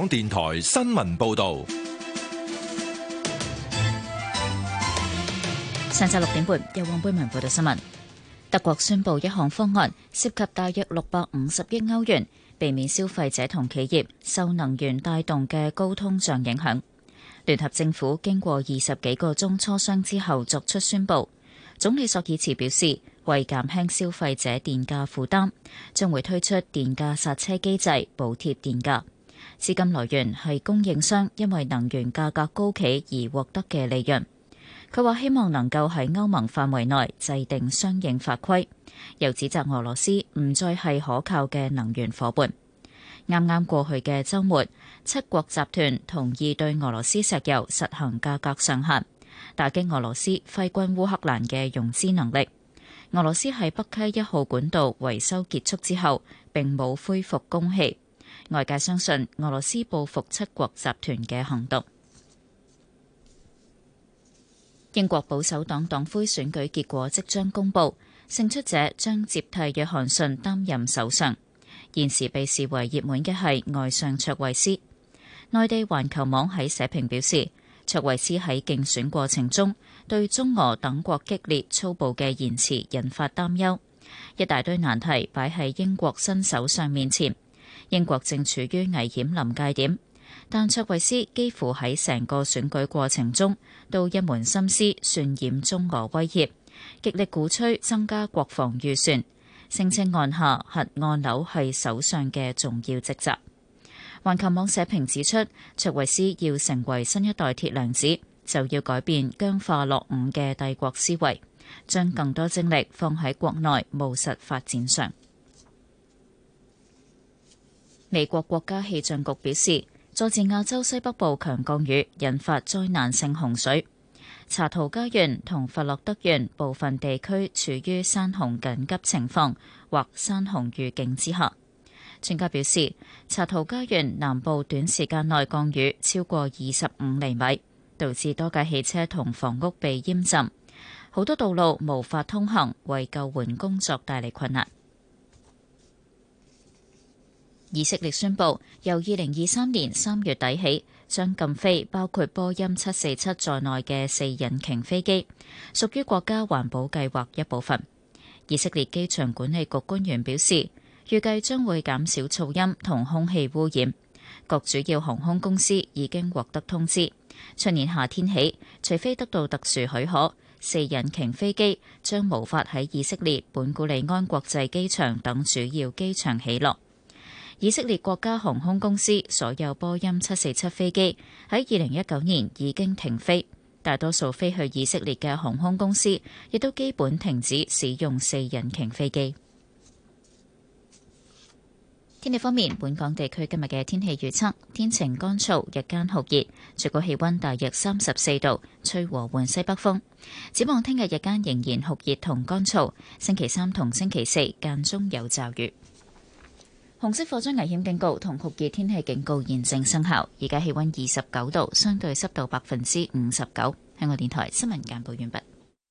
港電台新聞報道。 上晝6點半，由黃貝文報道新聞。德國宣布一項方案，涉及大約650億歐元，避免消費者同企業受能源帶動嘅高通脹影響。聯合政府經過20幾個鐘磋商之後作出宣布。總理索爾茨表示，為減輕消費者電價負擔，將會推出電價剎車機制，補貼電價。資金來源係供應商因為能源價格高企而獲得嘅利潤。佢話希望能夠喺歐盟範圍內制定相應法規，又指責俄羅斯唔再係可靠嘅能源夥伴。啱啱過去嘅週末，7國集團同意對俄羅斯石油實行價格上限，打擊俄羅斯揮軍烏克蘭嘅融資能力。俄羅斯喺北溪1號管道維修結束之後並冇恢復供氣，外界相信俄羅斯報復7國集團嘅行動。英國保守黨黨魁選舉結果即將公佈，勝出者將接替約翰遜擔任首相。現時被視為熱門嘅係外相卓慧思。內地環球網喺社評表示，卓慧思喺競選過程中對中俄等國激烈粗暴嘅言辭引發擔憂，一大堆難題擺喺英國新首相面前，英國正處於危險臨界點。但卓慧思幾乎喺成個選舉過程中都一門心思渲染中俄威脅，極力鼓吹增加國防預算，聲稱按下核按鈕係首相嘅重要職責。環球網社評指出，卓慧思要成為新一代鐵娘子，就要改變僵化落伍嘅帝國思維，將更多精力放喺國內務實發展上。美國國家氣象局表示，佐治亞州西北部強降雨引發災難性洪水，查圖加縣同佛洛德縣部分地區處於山洪緊急情況或山洪預警之下。專家表示，查圖加縣南部短時間內降雨超過25厘米，導致多架汽車同房屋被淹浸，好多道路無法通行，為救援工作帶嚟困難。以色列宣布，由2023年3月底起，將禁飛包括波音747在內嘅4引擎飛機，屬於國家環保計劃一部分。以色列機場管理局官員表示，預計將會減少噪音同空氣污染。各主要航空公司已經獲得通知，出年夏天起，除非得到特殊許可，4引擎飛機將無法喺以色列本古利安國際機場等主要機場起落。以色列國家航空公司所有波音747飛機喺2019年已經停飛，大多數飛去以色列嘅航空公司亦都基本停止使用4引擎飛機。天氣方面，本港地區今日嘅天氣預測，天晴乾燥，日間酷熱，最高氣溫大約34度，吹和緩西北風。展望聽日日間仍然酷熱同乾燥，星期3同星期4間中有驟雨。紅色火災危險警告同酷熱天氣警告現正生效。而家氣溫29度，相對濕度59%。香港電台新聞簡報完畢。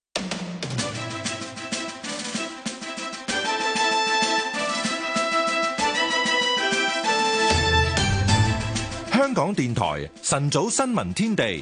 香港電台晨早新聞天地。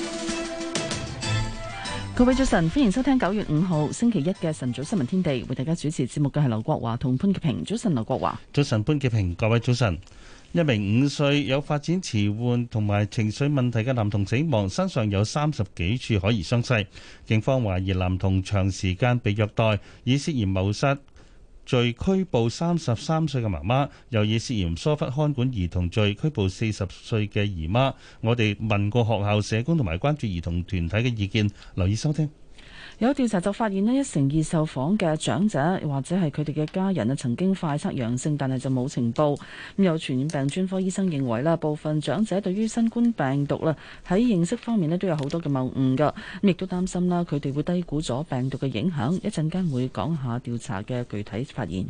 各位早晨，歡迎收聽9月5號星期一嘅晨早新聞天地，為大家主持節目嘅係劉國華同潘潔平。早晨，劉國華。 早晨，潘潔平。各位早晨。一名5歲有發展遲緩同埋情緒問題嘅男童死亡，身上有30幾處可疑傷勢。警方懷疑男童長時間被虐待，以涉嫌謀殺罪拘捕33歲嘅媽媽，又以涉嫌疏忽看管兒童罪拘捕40歲嘅姨媽。我哋問過學校社工同埋關注兒童團體嘅意見，留意收聽。 有調查就發現呢，1成2受訪嘅長者或者係佢哋嘅家人曾經快測陽性，但係就冇情報。咁有傳染病專科醫生認為啦，部分長者對於新冠病毒啦喺認識方面都有好多嘅謬誤㗎，咁亦都擔心啦，佢哋會低估咗病毒嘅影響。一陣間會講下調查嘅具體發現。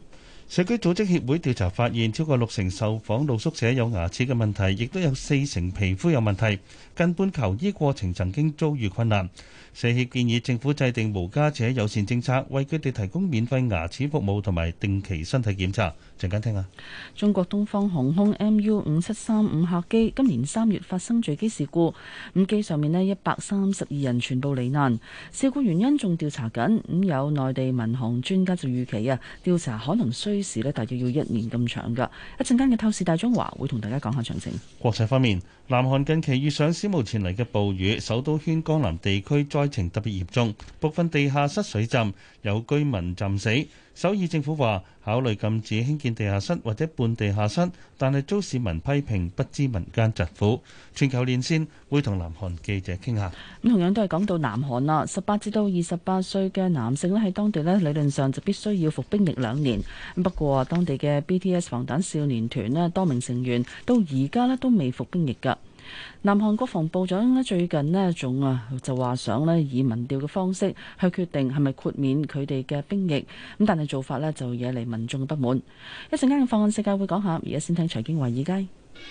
社區組織協會調查發現，超過60%受訪露宿者有牙齒嘅問題，亦都有40%皮膚有問題，近半求醫過程曾經遭遇困難。社協建議政府制定無家者友善政策，為佢哋提供免費牙齒服務同埋定期身體檢查。陣間聽下。 中國東方航空 MU5735客機今年3月發生墜機事故，咁機上面呢132人全部罹難，事故原因仲調查緊。咁有內地民航專家就預期啊，調查可能需時呢大約要1年咁長㗎。一陣間嘅透視大中華會同大家講下詳情。 國際方面，南韓近期遇上史無前例嘅暴雨，首都圈江南地區災情特別嚴重，部分地下室水浸，有居民浸死。首爾政府話考慮禁止興建地下室或者半地下室，但係遭市民批評不知民間疾苦。全球連線會同南韓記者傾下。 咁同樣都係講到南韓啦，18至到28歲嘅男性咧喺當地咧理論上就必須要服兵役2年。不過當地嘅 BTS 防彈少年團咧多名成員到而家咧都未服兵役㗎。南韓國防部長咧最近咧仲就話想咧以民調嘅方式去決定係咪豁免佢哋嘅兵役，咁但係做法咧就惹嚟民眾嘅不滿。一陣間嘅放眼世界會講下，而家先聽財經華爾街。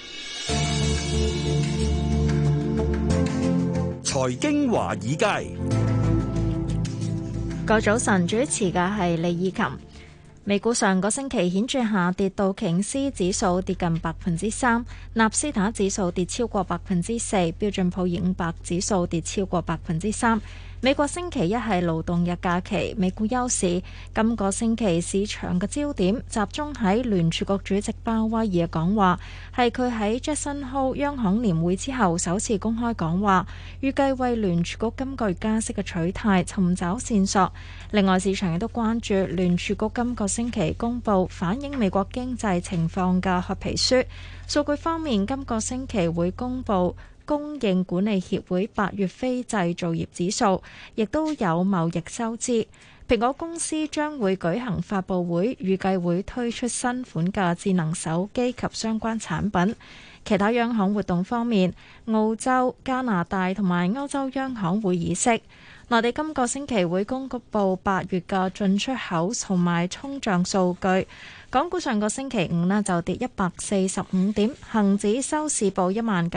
財經華爾街， 個早晨主持嘅係李以琴。美股上個星期顯著下跌，道瓊斯指數跌近3%，納斯達克指數跌超過4%，標準普爾500指數跌超過3%。美國星期一係勞動日假期，美股休市。今個星期市場嘅焦點集中喺聯儲局主席鮑威爾嘅講話，係佢喺 Jackson Hole 央行年會之後首次公開講話，預計為聯儲局今個月加息嘅取態尋找線索。另外，市場亦都關注聯儲局今個星期公佈反映美國經濟情況嘅褐皮書。數據方面，今個星期會公佈供應管理協會8月非製造業指數，亦都有貿易收支。蘋果公司將會舉行發布會，預計會推出新款嘅智能手機及相關產品。其他央行活動方面，澳洲、加拿大同埋歐洲央行會議息。內地今個星期會公布8月嘅進出口同埋通脹數據。港股上個星期五呢就跌145點，恒指收市報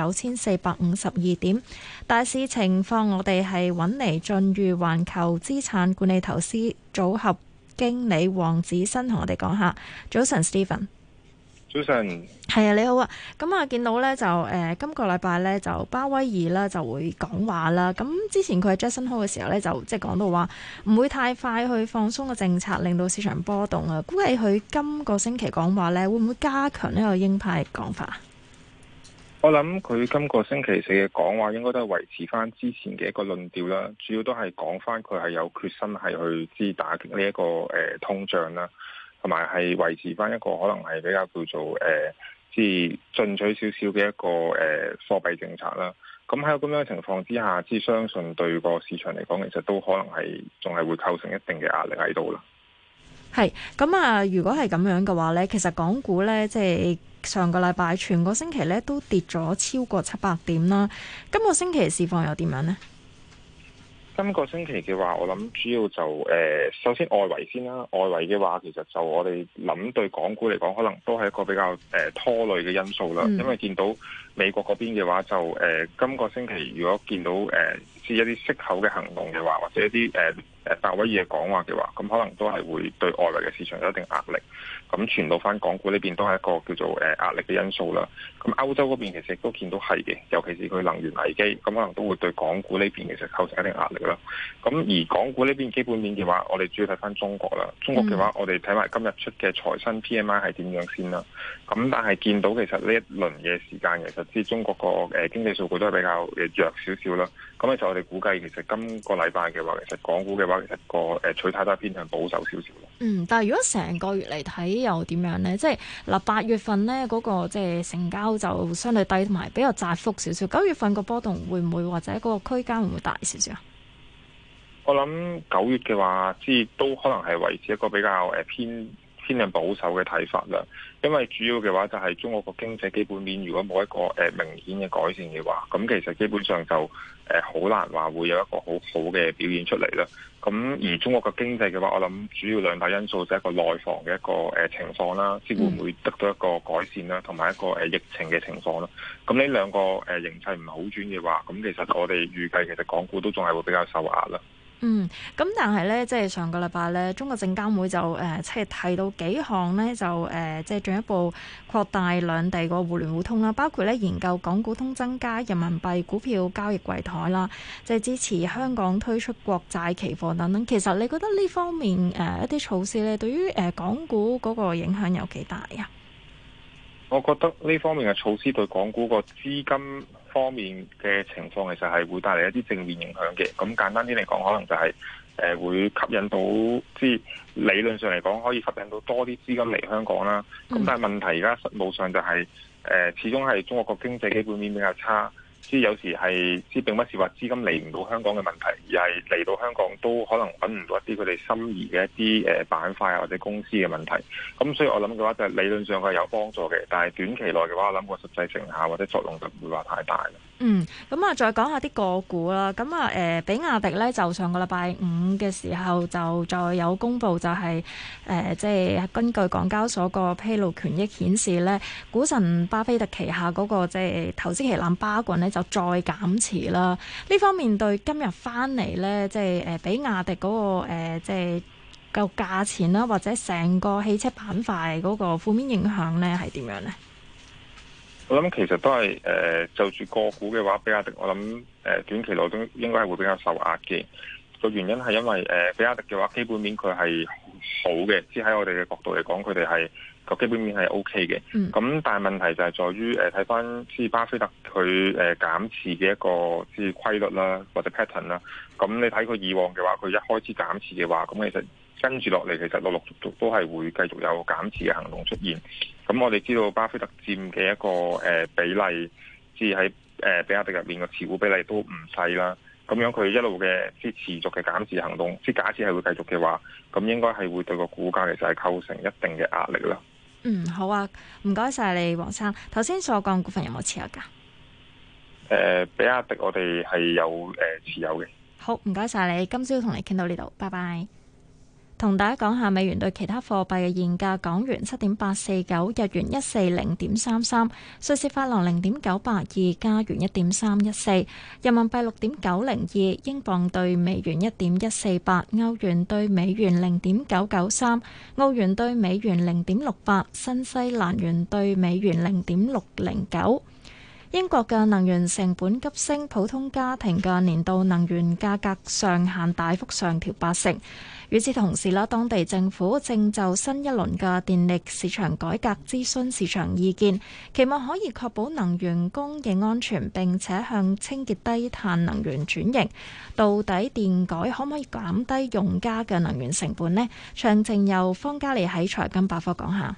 19,452點。大市情況，我哋係揾嚟晉裕環球資產管理投資組合經理黃子新同我哋講下。早晨 Stephen。 早晨， 係啊，你好啊。咁啊，見到咧就今個禮拜咧就鮑威爾啦就會講話啦。咁之前佢喺 Jackson Hole 嘅時候咧就即係講到話唔會太快去放鬆嘅政策，令到市場波動啊。估計佢今個星期講話咧會唔會加強呢個鷹派講法？ 我諗佢今個星期四嘅講話應該都係維持翻之前嘅一個論調啦，主要都係講翻佢係有決心係去打擊呢一個通脹啦。同埋係維持翻一個可能係比較叫做即係進取少少嘅一個貨幣政策啦。咁喺咁樣嘅情況之下，即係相信對個市場嚟講，其實都可能係仲係會構成一定嘅壓力喺度啦。係咁啊！如果係咁樣嘅話呢，其實港股呢，即係上個禮拜全個星期呢都跌咗超過700點啦。今個星期嘅市況又點樣呢？ 今個星期嘅話，我諗主要就首先外圍先啦。外圍嘅話，其實就我哋諗對港股嚟講，可能都係一個比較拖累嘅因素啦。因為見到美國嗰邊嘅話，就今個星期如果見到即係一啲息口嘅行動嘅話，或者一啲鮑威爾嘅講話嘅話，咁可能都係會對外圍嘅市場有一定壓力。咁傳到翻港股呢邊都係一個叫做壓力嘅因素啦。咁歐洲嗰邊其實亦都見到係嘅，尤其是佢能源危機，咁可能都會對港股呢邊其實構成一定壓力啦。咁而港股呢邊基本面嘅話，我哋主要睇翻中國啦。中國嘅話，我哋睇埋今日出嘅財新 PMI 係點樣先啦。咁但係見到其實呢一輪嘅時間，其實即係中國個經濟數據都係比較弱少少啦。咁就我哋估計其實今個禮拜嘅話，其實港股嘅話，其實個取態都係偏向保守少少。 但係如果成個月嚟睇又點樣呢？即係嗱，8月份呢嗰個即係成交就相對低，同埋比較窄幅少少。9月份個波動會唔會或者嗰個區間會唔會大少少啊？我諗 9月嘅話，即係都可能係維持一個比較偏偏向保守嘅睇法啦。因為主要嘅話就係中國個經濟基本面如果冇一個明顯嘅改善嘅話，咁其實基本上就好難話會有一個好好嘅表現出嚟啦。咁而中國嘅經濟嘅話，我諗主要兩大因素就係一個內房嘅一個情況啦，即會唔會得到一個改善啦，同埋一個疫情嘅情況啦。咁呢兩個形勢唔好轉嘅話，咁其實我哋預計其實港股都仲係會比較受壓啦。 咁但係咧，即係上個禮拜咧，中國證監會就即係提到幾項咧，就即係進一步擴大兩地個互聯互通啦，包括咧研究港股通增加人民幣股票交易櫃台啦，即係支持香港推出國債期貨等等。其實你覺得呢方面一啲措施咧，對於港股嗰個影響有幾大啊？ 我覺得呢方面嘅措施對港股個資金方面嘅情況，其實係會帶嚟一啲正面影響嘅。咁簡單啲嚟講，可能就係會吸引到，即係理論上嚟講，可以吸引到多啲資金嚟香港啦。咁但係問題而家實務上就係始終係中國個經濟基本面比較差。即係有時係，即係並不是話資金嚟唔到香港嘅問題，而係嚟到香港都可能揾唔到一啲佢哋心儀嘅一啲板塊啊或者公司嘅問題。咁所以我諗嘅話就係理論上係有幫助嘅，但係短期內嘅話，我諗個實際成效或者作用就唔會話太大啦。 咁啊，再講下啲個股啦。咁啊，比亞迪咧就上個禮拜五嘅時候就再有公布，就係即係根據港交所個披露權益顯示咧，股神巴菲特旗下嗰個即係投資旗艦巴郡咧就再減持啦。呢方面對今日翻嚟咧，即係比亞迪嗰個即係個價錢啦，或者成個汽車板塊嗰個負面影響咧係點樣咧？ 我諗其實都係就住個股嘅話，比亞迪我諗短期內都應該係會比較受壓嘅。個原因係因為比亞迪嘅話基本面佢係好嘅，即係喺我哋嘅角度嚟講，佢哋係個基本面係 OK 嘅。咁但係問題就係在於睇翻即係巴菲特佢減持嘅一個即係規律啦，或者 pattern 啦。咁你睇佢以往嘅話，佢一開始減持嘅話，咁其實跟住落嚟，其實陸陸續續都係會繼續有減持嘅行動出現。咁我哋知道巴菲特佔嘅一個比例，即係喺比亞迪入面個持股比例都唔細啦。咁樣佢一路嘅即係持續嘅減持行動，即係假設係會繼續嘅話，咁應該係會對個股價其實係構成一定嘅壓力啦。 好啊，唔該晒你，黃生。頭先所講股份有冇持有㗎？ 比亞迪我哋係有持有嘅。 好，唔該晒你。今朝同你傾到呢度，拜拜。同大家講下美元對其他貨幣嘅現價：港元7.849，日元140.33，瑞士法郎0.982，加元1.314，人民幣6.902，英鎊對美元1.148，歐元對美元0.993，澳元對美元0.68，新西蘭元對美元0.609。英國嘅能源成本急升，普通家庭嘅年度能源價格上限大幅上調80%。與此同時啦，當地政府正就新一輪嘅電力市場改革諮詢市場意見，期望可以確保能源供應安全，並且向清潔低碳能源轉型。到底電改可唔可以減低用家嘅能源成本呢？詳情由方嘉利喺財金百科講下。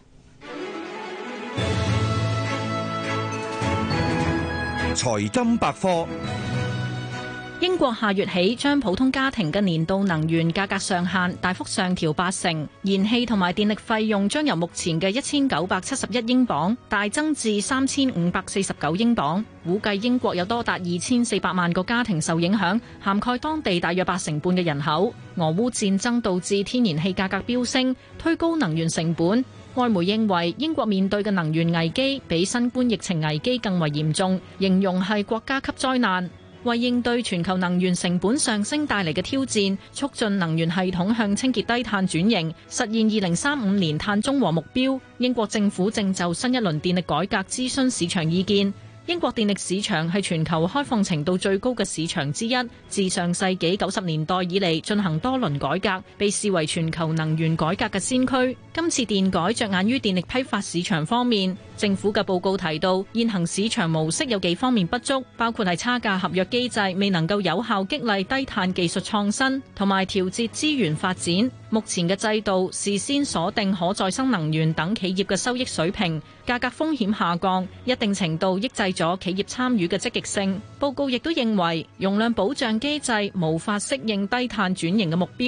財金百科。 英國下月起將普通家庭嘅年度能源價格上限大幅上調80%，燃氣同埋電力費用將由目前嘅1971英鎊大增至3549英鎊。估計英國有多達2400萬個家庭受影響，涵蓋當地大約80%半嘅人口。俄烏戰爭導致天然氣價格飆升，推高能源成本。外媒認為英國面對嘅能源危機比新冠疫情危機更為嚴重，形容係國家級災難。為應對全球能源成本上升帶嚟嘅挑戰，促進能源系統向清潔低碳轉型，實現2035年碳中和目標，英國政府正就新一輪電力改革諮詢市場意見。英國電力市場係全球開放程度最高嘅市場之一，自上世紀90年代以嚟進行多輪改革，被視為全球能源改革嘅先驅。今次電改着眼於電力批發市場方面，政府嘅報告提到，現行市場模式有幾方面不足，包括係差價合約機制未能夠有效激勵低碳技術創新，同埋調節資源發展。目前嘅制度事先鎖定可再生能源等企業嘅收益水平，價格風險下降，一定程度抑制咗企業參與嘅積極性。報告亦都認為，容量保障機制無法適應低碳轉型嘅目標。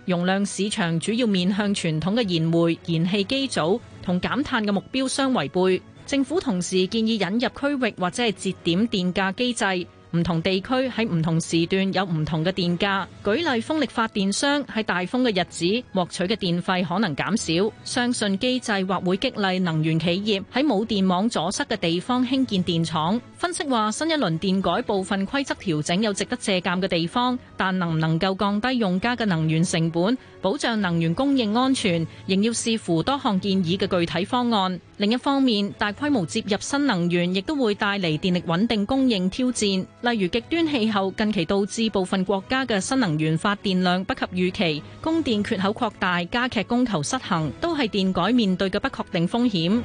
容量市場主要面向傳統嘅燃煤、燃氣機組，同減碳嘅目標相違背。政府同時建議引入區域或者係節點電價機制。唔同地區喺唔同時段有唔同嘅電價，舉例風力發電商喺大風嘅日子獲取嘅電費可能減少。相信機制或會激勵能源企業喺冇電網阻塞嘅地方興建電廠。分析話，新一輪電改部分規則調整有值得借鑑嘅地方，但能唔能夠降低用家嘅能源成本，保障能源供應安全，仍要視乎多項建議嘅具體方案。另一方面，大規模接入新能源亦都會帶嚟電力穩定供應挑戰，例如極端氣候近期導致部分國家嘅新能源發電量不及預期，供電缺口擴大，加劇供求失衡，都係電改面對嘅不確定風險。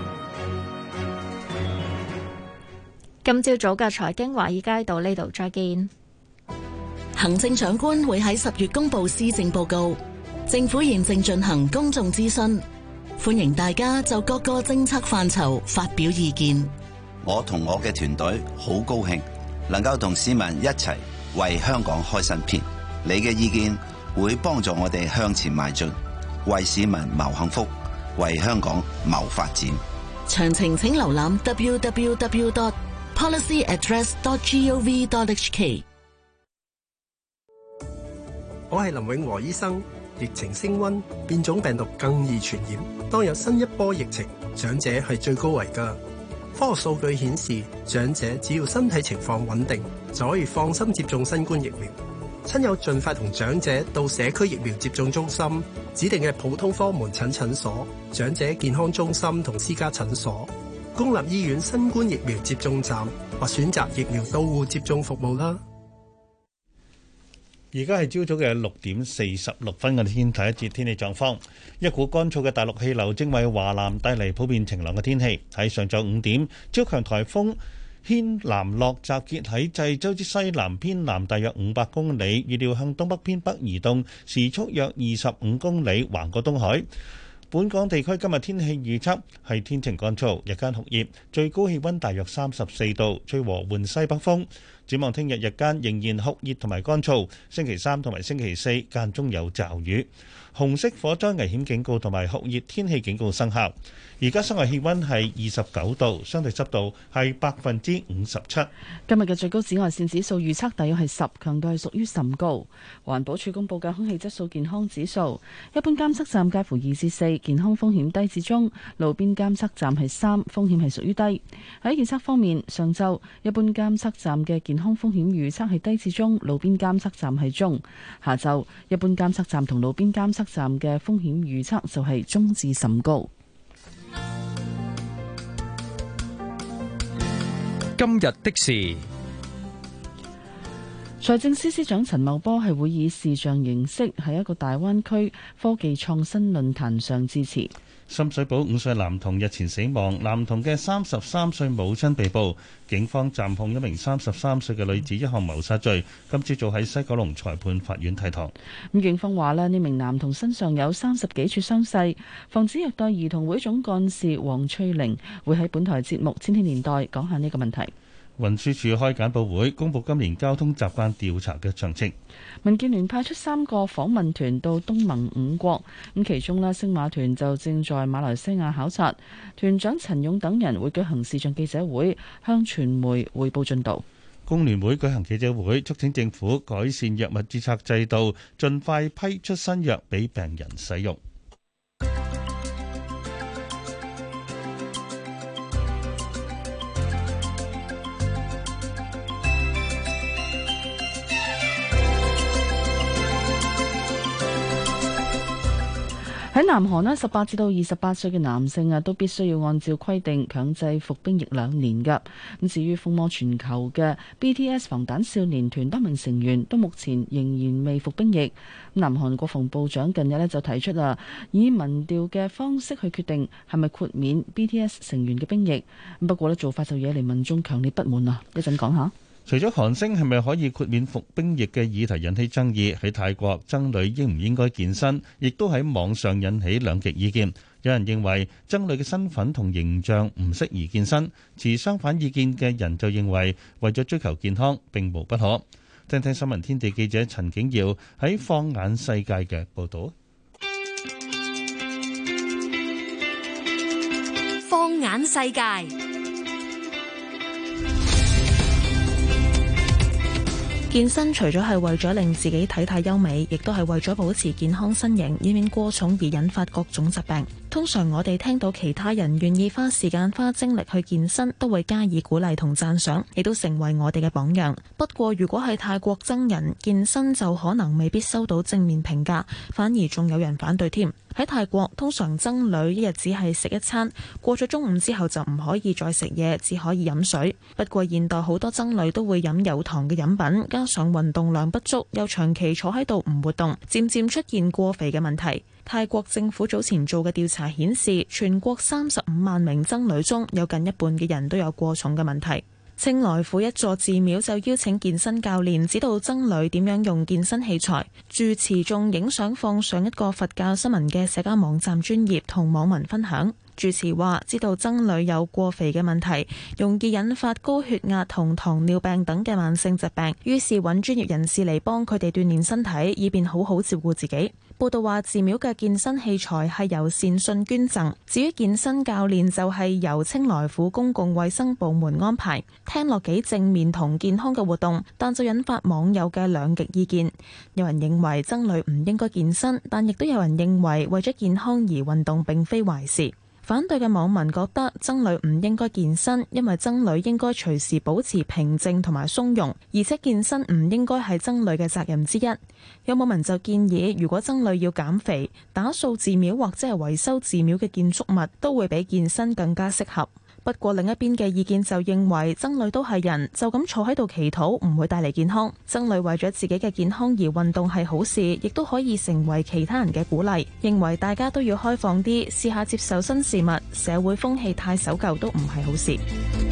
今朝早嘅財經華爾街到呢度再見。 行政長官會喺10月公布施政報告，政府現正進行公眾諮詢，歡迎大家就各個政策範疇發表意見。 我同我嘅團隊好高興能夠同市民一齊為香港開新篇。你嘅意見會幫助我哋向前邁進，為市民謀幸福，為香港謀發展。 詳情請瀏覽 www.policyaddress.gov.hk。 我係林永和醫生。疫情升溫，變種病毒更易傳染。當有新一波疫情，長者係最高危㗎。科學數據顯示，長者只要身體情況穩定，就可以放心接種新冠疫苗。親友盡快同長者到社區疫苗接種中心、指定嘅普通科門診診所、長者健康中心同私家診所、公立醫院新冠疫苗接種站或選擇疫苗到戶接種服務啦。 而家係朝早嘅6:46，我哋先睇一節天氣狀況。一股乾燥嘅大陸氣流正為華南帶嚟普遍晴朗嘅天氣。喺上晝5點，超強颱風軒嵐諾集結喺濟州之西南偏南大約500公里，預料向東北偏北移動，時速約25公里，橫過東海。本港地區今日天氣預測係天晴乾燥，日間酷熱，最高氣溫大約34度，吹和緩西北風。展望聽日日間仍然酷熱同埋乾燥，星期三同埋星期四間中有驟雨。紅色火災危險警告同埋酷熱天氣警告生效。而家室外氣溫係29度，相對濕度係57%。 今日嘅最高紫外線指數預測大約係10，強度係屬於甚高。環保署公布嘅空氣質素健康指數，一般監測站介乎2至4，健康風險低至中；路邊監測站係3，風險係屬於低。喺預測方面，上晝一般監測站嘅健康風險預測係低至中，路邊監測站係中；下晝一般監測站同路邊監測站嘅風險預測就係中至甚高。 今日的事， 財政司司長陳茂波係會以視像形式喺一個大灣區科技創新論壇上致辭。 深水埗5歲男童日前死亡，男童嘅33歲母親被捕，警方暫控一名33歲嘅女子一項謀殺罪。今朝早喺西九龍裁判法院提堂。 咁警方話呢名男童身上有30幾處傷勢。防止虐待兒童會總幹事黃翠玲會喺本台節目《千禧年代》講下呢個問題。 運輸署開簡報會，公布今年交通習慣調查嘅詳情。 民建聯派出3個訪問團到東盟5國，咁其中呢星馬團就正在馬來西亞考察，團長陳勇等人會舉行視像記者會，向傳媒匯報進度。 工聯會舉行記者會，促請政府改善藥物註冊制度，盡快批出新藥俾病人使用。 喺南韓呢，18至到28歲嘅男性都必須要按照規定強制服兵役2年㗎。咁至於風靡全球嘅 BTS 防彈少年團多名成員，都目前仍然未服兵役。南韓國防部長近日就提出以民調嘅方式去決定係咪豁免 BTS 成員嘅兵役。不過做法就惹嚟民眾強烈不滿啊！一陣講下。 除咗韓星係咪可以豁免服兵役嘅議題引起爭議，喺泰國僧侶應唔應該健身，亦都喺網上引起兩極意見。有人認為僧侶嘅身份同形象唔適宜健身，持相反意見嘅人就認為為咗追求健康並無不可。 聽聽新聞天地記者陳景耀喺放眼世界嘅報導。 放眼世界。健身除咗係為咗令自己體態優美，亦都係為咗保持健康身形，以免過重而引發各種疾病。通常我哋聽到其他人願意花時間花精力去健身，都會加以鼓勵同讚賞，亦都成為我哋嘅榜樣。不過如果係泰國僧人健身，就可能未必收到正面評價，反而仲有人反對添。喺泰國，通常僧侶一日只係食一餐，過咗中午之後就唔可以再食嘢，只可以飲水。不過現代好多僧侶都會飲有糖嘅飲品，加上運動量不足，又長期坐喺度唔活動，漸漸出現過肥嘅問題。泰國政府早前做嘅調查顯示，全國35萬名僧侶中有近一半嘅人都有過重嘅問題。清萊府一座寺廟就邀請健身教練指導僧侶點樣用健身器材，住持仲影相放上一個佛教新聞嘅社交網站專頁同網民分享。住持話知道僧侶有過肥嘅問題，容易引發高血壓同糖尿病等嘅慢性疾病，於是揾專業人士嚟幫佢哋鍛鍊身體，以便好好照顧自己。報道話寺廟嘅健身器材係由善信捐贈，至於健身教練就係由清萊府公共衛生部門安排。聽落幾正面同健康嘅活動，但就引發網友嘅兩極意見。有人認為僧侶唔應該健身，但亦都有人認為為咗健康而運動並非壞事。反對嘅網民覺得僧侶唔應該健身，因為僧侶應該隨時保持平靜同埋鬆容，而且健身唔應該係僧侶嘅責任之一。有網民就建議，如果僧侶要減肥，打掃寺廟或者係維修寺廟嘅建築物，都會比健身更加適合。不過另一邊嘅意見就認為，僧侶都係人，就咁坐喺度祈禱唔會帶嚟健康。僧侶為咗自己嘅健康而運動係好事，亦都可以成為其他人嘅鼓勵。認為大家都要開放啲，試下接受新事物，社會風氣太守舊都唔係好事。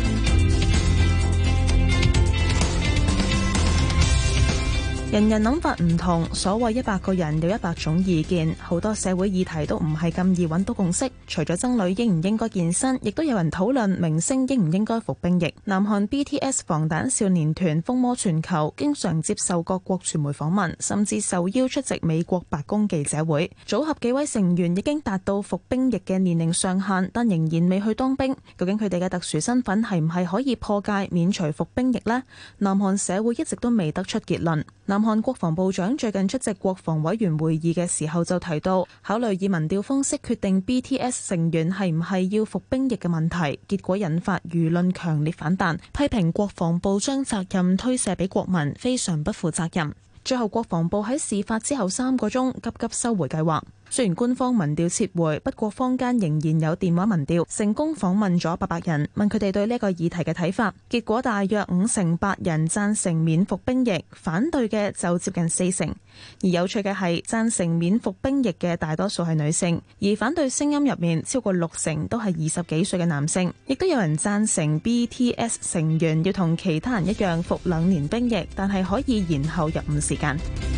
人人諗法唔同，所謂100個人有100種意見，好多社會議題都唔係咁易揾到共識。除咗僧侶應唔應該健身，亦都有人討論明星應唔應該服兵役。南韓 BTS 防彈少年團風靡全球，經常接受各國傳媒訪問，甚至受邀出席美國白宮記者會。組合幾位成員已經達到服兵役嘅年齡上限，但仍然未去當兵。究竟佢哋嘅特殊身份係唔係可以破戒免除服兵役呢？南韓社會一直都未得出結論。南韓國防部長最近出席國防委員會議嘅時候就提到，考慮以民調方式決定 BTS 成員係唔係要服兵役嘅問題，結果引發輿論強烈反彈，批評國防部將責任推卸俾國民，非常不負責任。最後國防部喺事發之後3個鐘急收回計劃。雖然官方民調撤回，不過坊間仍然有電話民調，成功訪問咗800人，問佢哋對呢個議題嘅睇法。結果大約58%人贊成免服兵役，反對嘅就接近40%。而有趣嘅係，贊成免服兵役嘅大多數係女性，而反對聲音入面超過60%都係20幾歲嘅男性。亦都有人贊成 BTS 成員要同其他人一樣服2年兵役，但係可以延後入伍時間。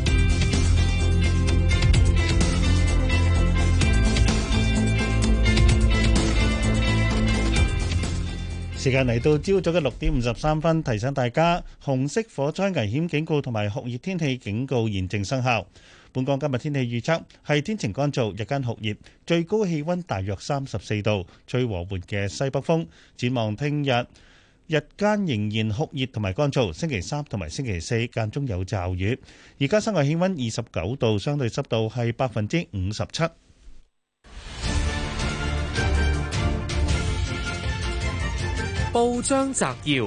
時間嚟到朝早嘅6點53分，提醒大家紅色火災危險警告同埋酷熱天氣警告現正生效。本港今日天氣預測係天晴乾燥，日間酷熱，最高氣溫大約34度，吹和緩嘅西北風。展望聽日，日間仍然酷熱同埋乾燥，星期3同埋星期4間中有驟雨。而家室外氣溫29度，相對濕度係57%。 報章摘要：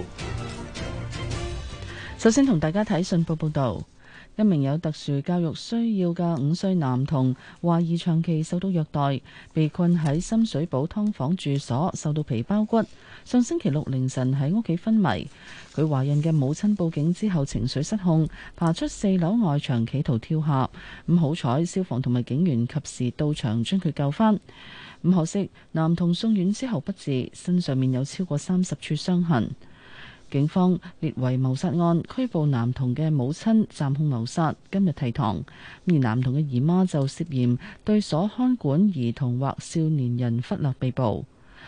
首先同大家睇信報報道，一名有特殊教育需要嘅5歲男童，懷疑長期受到虐待，被困喺深水埗劏房住所，受到皮包骨。上星期6凌晨喺屋企昏迷，佢懷孕嘅母親報警之後情緒失控，爬出4樓外牆企圖跳下。咁好彩消防同埋警員及時到場將佢救返。咁可惜男童送院之後不治，身上面有超過30處傷痕。警方列為謀殺案，拘捕男童嘅母親，暫控謀殺，今日提堂。而男童嘅姨媽就涉嫌對所看管兒童或少年人忽略被捕。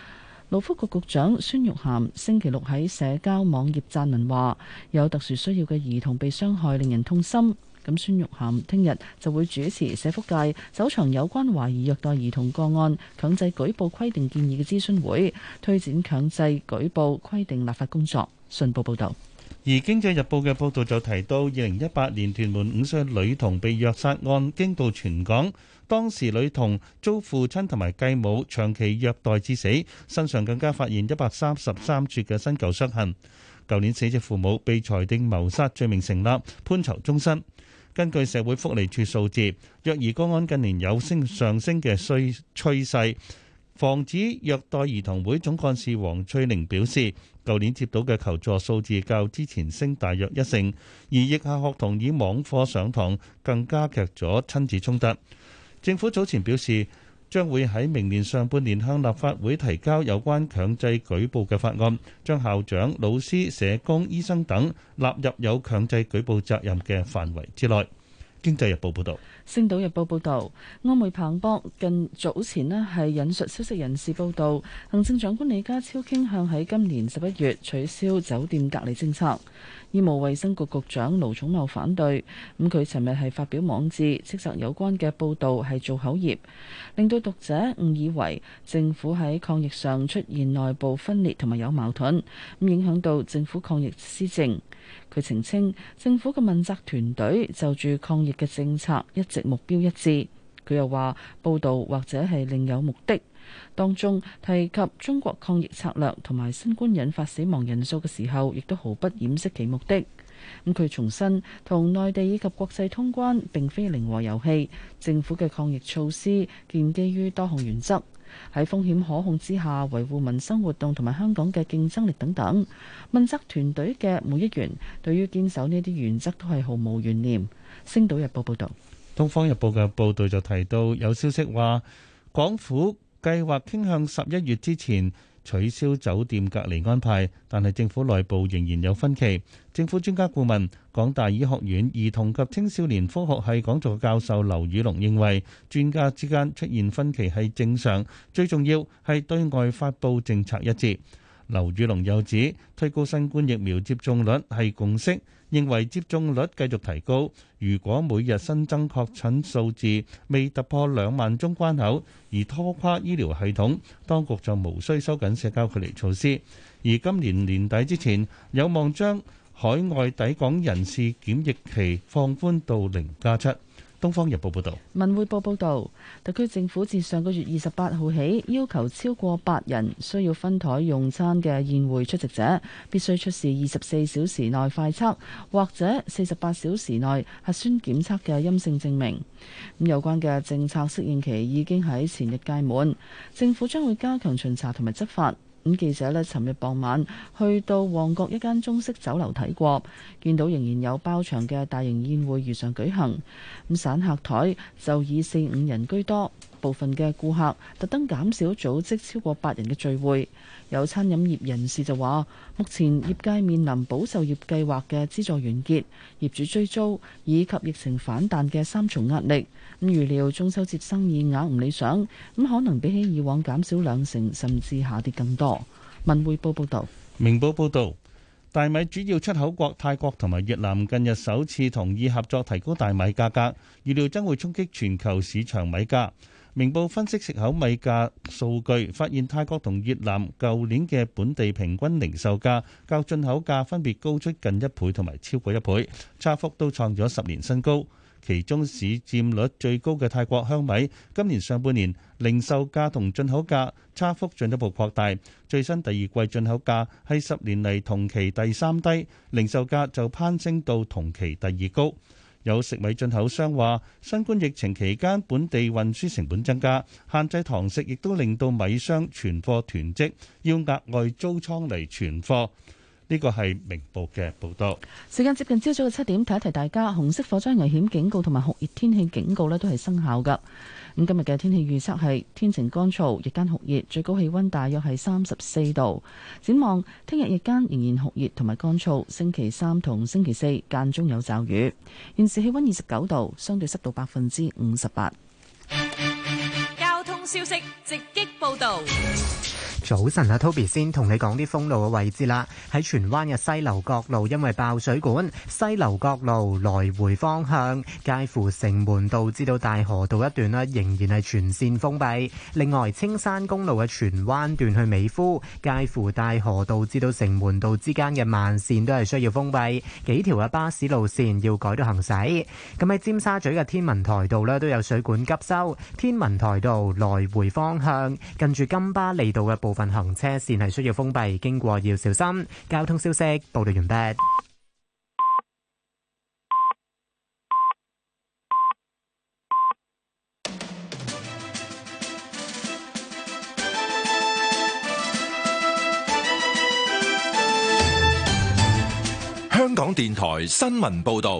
勞福局局長孫玉菡星期六喺社交網頁撰文話，有特殊需要嘅兒童被傷害，令人痛心。咁孫玉菡聽日就會主持社福界首場有關懷疑虐待兒童個案強制舉報規定建議嘅諮詢會，推展強制舉報規定立法工作。信報報道。 而《經濟日報》嘅報導就提到，2018年屯門5歲女童被虐殺案驚動全港，當時女童遭父親同埋繼母長期虐待致死，身上更加發現133處嘅新舊傷痕。舊年死者父母被裁定謀殺罪名成立，判囚終身。根據社會福利署數字，虐兒個案近年有上升嘅趨勢。防止虐待兒童會總幹事黃翠玲表示，舊年接到嘅求助數字較之前升大約1成，而疫下學童以網課上堂更加劇咗親子衝突。政府早前表示，將會喺明年上半年向立法會提交有關強制舉報嘅法案，將校長、老師、社工、醫生等納入有強制舉報責任嘅範圍之內。經濟日報報導。 星島日報報導，安媒彭博近早前係引述消息人士報導，行政長官李家超傾向喺今年11月取消酒店隔離政策。醫務衛生局局長盧寵茂反對，佢尋日係發表網誌斥責有關嘅報導係做口業，令到讀者誤以為政府喺抗疫上出現內部分裂同埋有矛盾，影響到政府抗疫施政。佢澄清，政府嘅問責團隊就住抗疫嘅政策一直目標一致。佢又話，報導或者係另有目的，當中提及中國抗疫策略同埋新冠引發死亡人數嘅時候，亦都毫不掩飾其目的。佢重申，同內地以及國際通關並非零和遊戲，政府嘅抗疫措施建基於多項原則，喺風險可控之下維護民生活動同埋香港嘅競爭力等等。問責團隊嘅每一員對於堅守呢啲原則都係毫無懸念。星島日報報道。 東方日報嘅報導就提到，有消息話港府計劃傾向11月之前取消酒店隔離安排，但係政府內部仍然有分歧。政府專家顧問、港大醫學院兒童及青少年科學系講座教授劉宇龍認為，專家之間出現分歧係正常，最重要係對外發布政策一致。劉宇龍又指，推高新冠疫苗接種率係共識，認為接種率繼續提高，如果每日新增確診數字未突破2萬宗關口而拖垮醫療系統，當局就無需收緊社交距離措施。而今年年底之前，有望將海外抵港人士檢疫期放寬到0+7。《東方日報》報導， 文匯報報導，特區政府自上個月28號起，要求超過8人需要分枱用餐嘅宴會出席者，必須出示24小時內快測或者48小時內核酸檢測嘅陰性證明。有關嘅政策適應期已經喺前日屆滿，政府將會加強巡查同埋執法。記者尋日傍晚去到旺角一間中式酒樓睇過，見到仍然有包場嘅大型宴會如常舉行。散客枱就以4-5人居多，部分嘅顧客特登減少組織超過8人嘅聚會。有餐飲業人士就話，目前業界面臨保就業計劃嘅資助完結、業主追租以及疫情反彈嘅3重壓力。預料中秋節生意額唔理想，可能比起以往減少2成，甚至下跌更多。文匯報報道。 明報報道，大米主要出口國泰國同埋越南近日首次同意合作提高大米價格，預料將會衝擊全球市場米價。明報分析食口米價數據，發現泰國同越南舊年嘅本地平均零售價較進口價分別高出近1倍同埋超過1倍，差幅都創咗10年新高。其中市佔率最高嘅泰國香米，今年上半年零售價同進口價差幅進一步擴大，最新第二季進口價係10年嚟同期第3低，零售價就攀升到同期第2高。有食米進口商話，新冠疫情期間本地運輸成本增加，限制堂食亦都令到米商存貨囤積，要額外租倉嚟存貨。呢個係明報嘅報導。 時間接近朝早嘅7點，提一提大家，紅色火災危險警告同埋酷熱天氣警告都係生效㗎。今日嘅天氣預測係天晴乾燥，日間酷熱，最高氣溫大約係34度。展望聽日日間仍然酷熱同埋乾燥，星期3同星期4間中有驟雨。現時氣溫29度，相對濕度58%。 交通消息直擊報導。 早晨啊 ，Toby 先同你講啲封路嘅位置啦。喺荃灣嘅西樓角路，因為爆水管，西樓角路來回方向介乎城門道至到大河道一段呢，仍然係全線封閉。另外，青山公路嘅荃灣段去美孚，介乎大河道至到城門道之間嘅慢線都係需要封閉，幾條嘅巴士路線要改道行駛。咁喺尖沙咀嘅天文台道呢，都有水管急修，天文台道來回方向近住金巴利道嘅部分行車線係需要封閉，經過要小心。交通消息報道完畢。 香港電台新聞報道。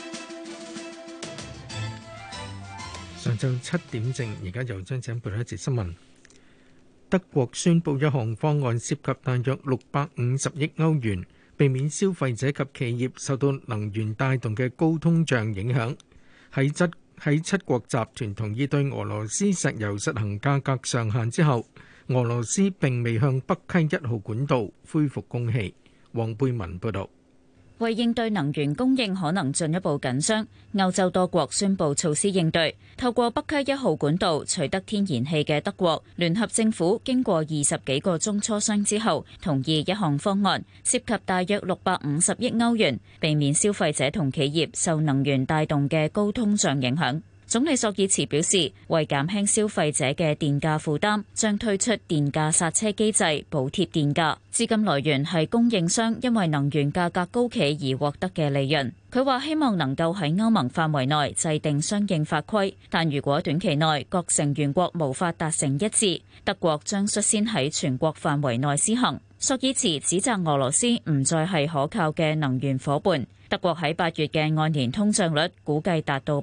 上晝7點正，而家由張景報道一節新聞。德國宣布一項方案，涉及大約650億歐元，避免消費者及企業受到能源帶動嘅高通脹影響。喺七國集團同意對俄羅斯石油實行價格上限之後，俄羅斯並未向北溪1號管道恢復供氣。黃貝文報導。 為應對能源供應可能進一步緊張，歐洲多國宣布措施應對。透過北溪1號管道取得天然氣嘅德國聯合政府經過20幾個鐘磋商之後，同意一項方案，涉及大約650億歐元，避免消費者同企業受能源帶動嘅高通脹影響。總理索爾茨表示，為減輕消費者嘅電價負擔，將推出電價剎車機制，補貼電價。資金來源係供應商因為能源價格高企而獲得嘅利潤。佢話希望能夠喺歐盟範圍內制定相應法規，但如果短期內各成員國無法達成一致，德國將率先喺全國範圍內施行。索爾茨指責俄羅斯唔再係可靠嘅能源夥伴。德國喺8月嘅按年通脹率估計達到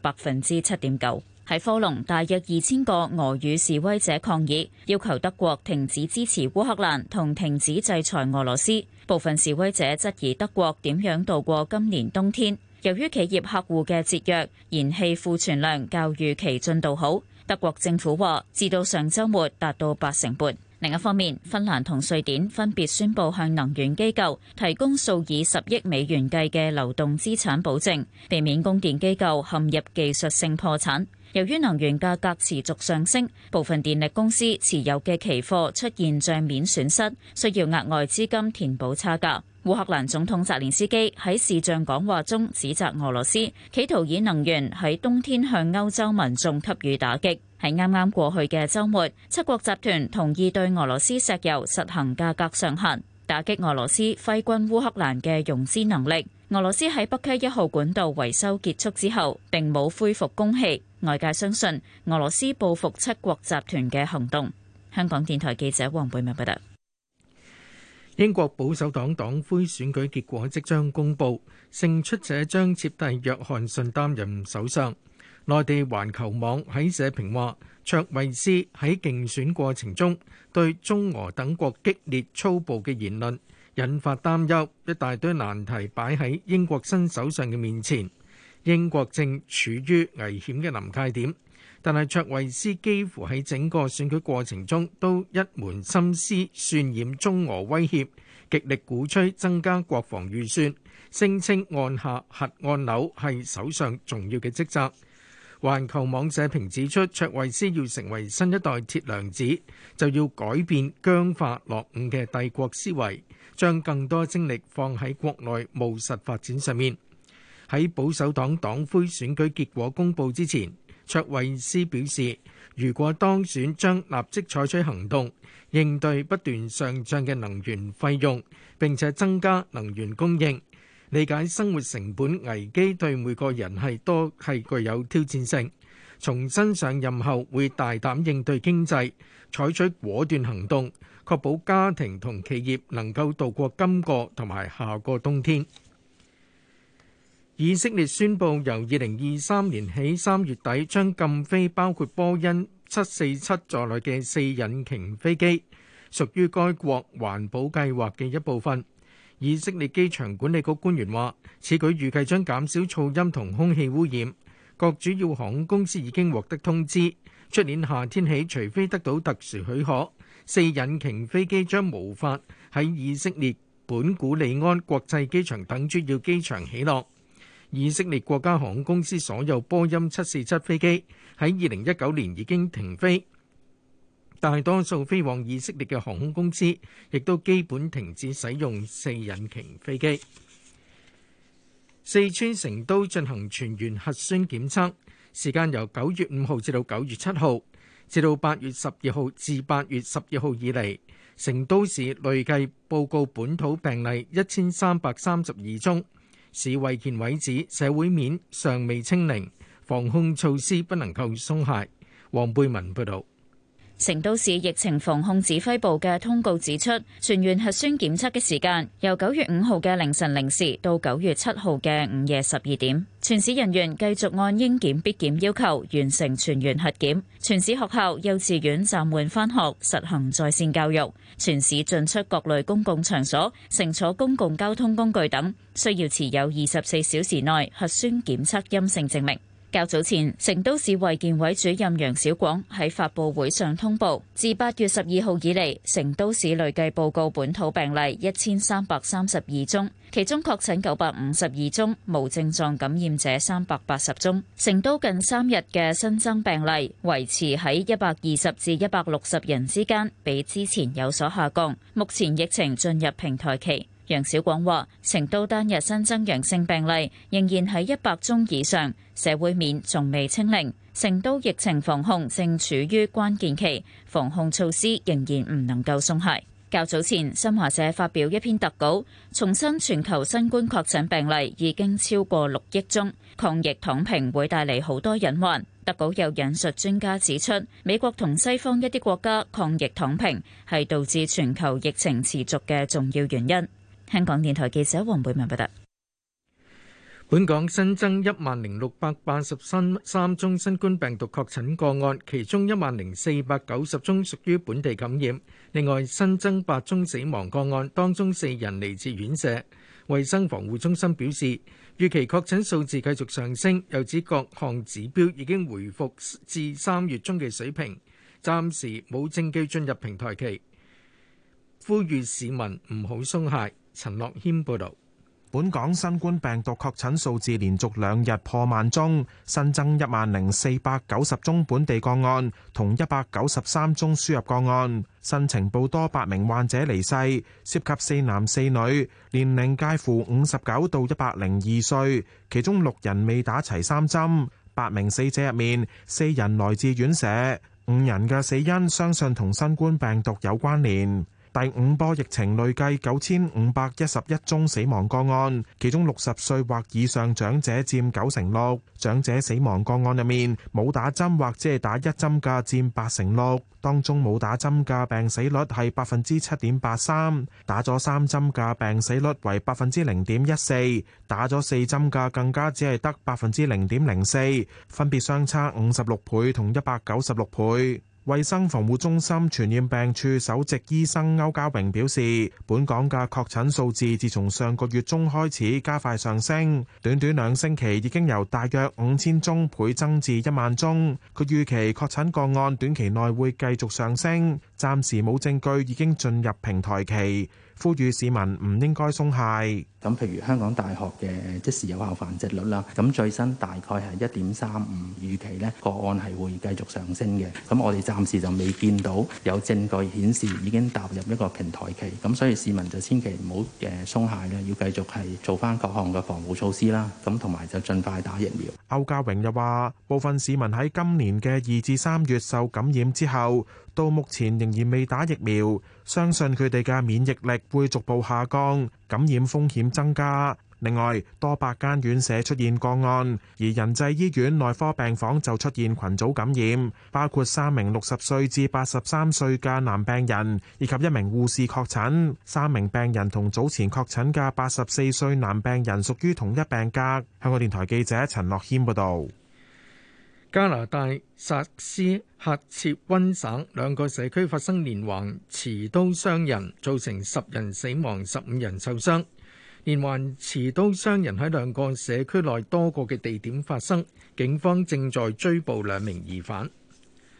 7.9%。喺科隆，大約2000個俄語示威者抗議，要求德國停止支持烏克蘭同停止制裁俄羅斯。部分示威者質疑德國點樣度過今年冬天。由於企業客戶嘅節約，燃氣庫存量較預期進度好。德國政府話，至到上週末達到8%。另一方面，芬蘭同瑞典分別宣布向能源機構提供數以10億美元計嘅流動資產保證，避免供電機構陷入技術性破產。由於能源價格持續上升，部分電力公司持有嘅期貨出現帳面損失，需要額外資金填補差價。烏克蘭總統澤連斯基喺視像講話中指責俄羅斯企圖以能源喺冬天向歐洲民眾給予打擊。喺啱啱過去嘅週末，七國集團同意對俄羅斯石油實行價格上限，打擊俄羅斯揮軍烏克蘭嘅融資能力。俄羅斯喺北溪1號管道維修結束之後，並冇恢復供氣。外界相信俄羅斯報復七國集團嘅行動。香港電台記者黃貝文報道。 英國保守黨黨魁選舉結果即將公佈，勝出者將接替約翰遜擔任首相。內地環球網喺社評話，卓慧思喺競選過程中對中俄等國激烈粗暴嘅言論引發擔憂，一大堆難題擺喺英國新首相嘅面前，英國正處於危險嘅臨界點。但係卓慧思幾乎喺整個選舉過程中都一門心思渲染中俄威脅，極力鼓吹增加國防預算，聲稱按下核按鈕係首相重要嘅職責。環球網社評指出，卓慧思要成為新一代鐵娘子，就要改變僵化落伍嘅帝國思維，將更多精力放喺國內務實發展上面。喺保守黨黨魁選舉結果公佈之前，卓慧思表示，如果當選，將立即採取行動，應對不斷上漲嘅能源費用，並且增加能源供應。理解生活成本危機對每個人係具有挑戰性。重新上任後會大膽應對經濟，採取果斷行動，確保家庭同企業能夠度過今個同埋下個冬天。以色列宣布由2023年起3月底將禁飛包括波音747在內嘅4引擎飛機，屬於該國環保計劃嘅一部分。以色列機場管理局官員話，此舉預計將減少噪音同空氣污染。各主要航空公司已經獲得通知，出年夏天起，除非得到特殊許可， 4引擎飛機將無法喺以色列本古里安國際機場等主要機場起落。以色列國家航空公司所有波音747飛機喺2019年已經停飛，大多數飛往以色列嘅航空公司亦都基本停止使用4引擎飛機。四川成都進行全員核酸檢測，時間由9月5號至到9月7號，至到8月12號至8月12號以嚟，成都市累計報告本土病例1332宗。市衛健委指社會面尚未清零，防控措施不能夠鬆懈。黃貝文報導。 成都市疫情防控指揮部嘅通告指出，全員核酸檢測嘅時間由9月5號嘅凌晨0時到9月7號嘅午夜12點。全市人員繼續按應檢必檢要求完成全員核檢。全市學校、幼稚園暫緩返學，實行在線教育。全市進出各類公共場所、乘坐公共交通工具等，需要持有24小時內核酸檢測陰性證明。較早前，成都市衛健委主任楊小廣喺發佈會上通報，自8月12號以嚟，成都市累計報告本土病例1332宗，其中確診952宗，無症狀感染者380宗。成都近3日嘅新增病例維持喺120至160人之間，比之前有所下降。目前疫情進入平台期。楊小廣話：成都單日新增陽性病例仍然喺100宗以上，社會面仲未清零。成都疫情防控正處於關鍵期，防控措施仍然唔能夠鬆懈。較早前，新華社發表一篇特稿，重申全球新冠確診病例已經超過6億宗，抗疫躺平會帶嚟好多隱患。特稿又引述專家指出，美國同西方一啲國家抗疫躺平係導致全球疫情持續嘅重要原因。香港電台記者黃貝文報道。 本港新增10,683宗新冠病毒確診個案，其中10,490宗屬於本地感染。另外新增8宗死亡個案，當中4人嚟自院舍。衛生防護中心表示，預期確診數字繼續上升，又指各項指標已經回復至3月中嘅水平，暫時冇證據進入平台期，呼籲市民唔好鬆懈。陳樂謙報道。 本港新冠病毒確診數字連續2日破萬宗，新增10,490宗本地個案，同193宗輸入個案。新呈報多8名患者離世，涉及4男4女，年齡介乎59到102歲，其中6人未打齊3針。8名死者入面，4人來自院舍，5人嘅死因相信同新冠病毒有關聯。第5波疫情累計9,511宗死亡個案，其中60歲或以上長者佔96%。長者死亡個案入面，冇打針或者係打1針嘅佔86%，當中冇打針嘅病死率係7.83%，打咗3針嘅病死率為0.14%，打咗4針嘅更加只係得0.04%，分別相差56倍同196倍。衛生防護中心傳染病處首席醫生歐家榮表示，本港嘅確診數字自從上個月中開始加快上升，短短2星期已經由大約5,000宗倍增至1萬宗。佢預期確診個案短期內會繼續上升，暫時冇證據已經進入平台期，呼籲市民唔應該鬆懈。 咁譬如香港大學嘅即時有效繁殖率啦，咁最新大概係1.35，預期呢個案係會繼續上升嘅。咁我哋暫時就未見到有證據顯示已經踏入一個平台期，咁所以市民就千祈唔好鬆懈啦，要繼續係做翻各項嘅防護措施啦，咁同埋就盡快打疫苗。 歐家榮又話，部分市民喺今年嘅2至3月受感染之後，到目前仍然未打疫苗，相信佢哋嘅免疫力會逐步下降，感染風險增加。另外，多百間院舍出現個案，而仁濟醫院內科病房就出現群組感染，包括3名60歲至83歲嘅男病人，以及1名護士確診。3名病人同早前確診嘅84歲男病人屬於同一病格。香港電台記者陳樂謙報道。 加拿大薩斯喀徹溫省2個社區發生連環持刀傷人，造成10人死亡、15人受傷。連環持刀傷人喺2個社區內多個嘅地點發生，警方正在追捕2名疑犯。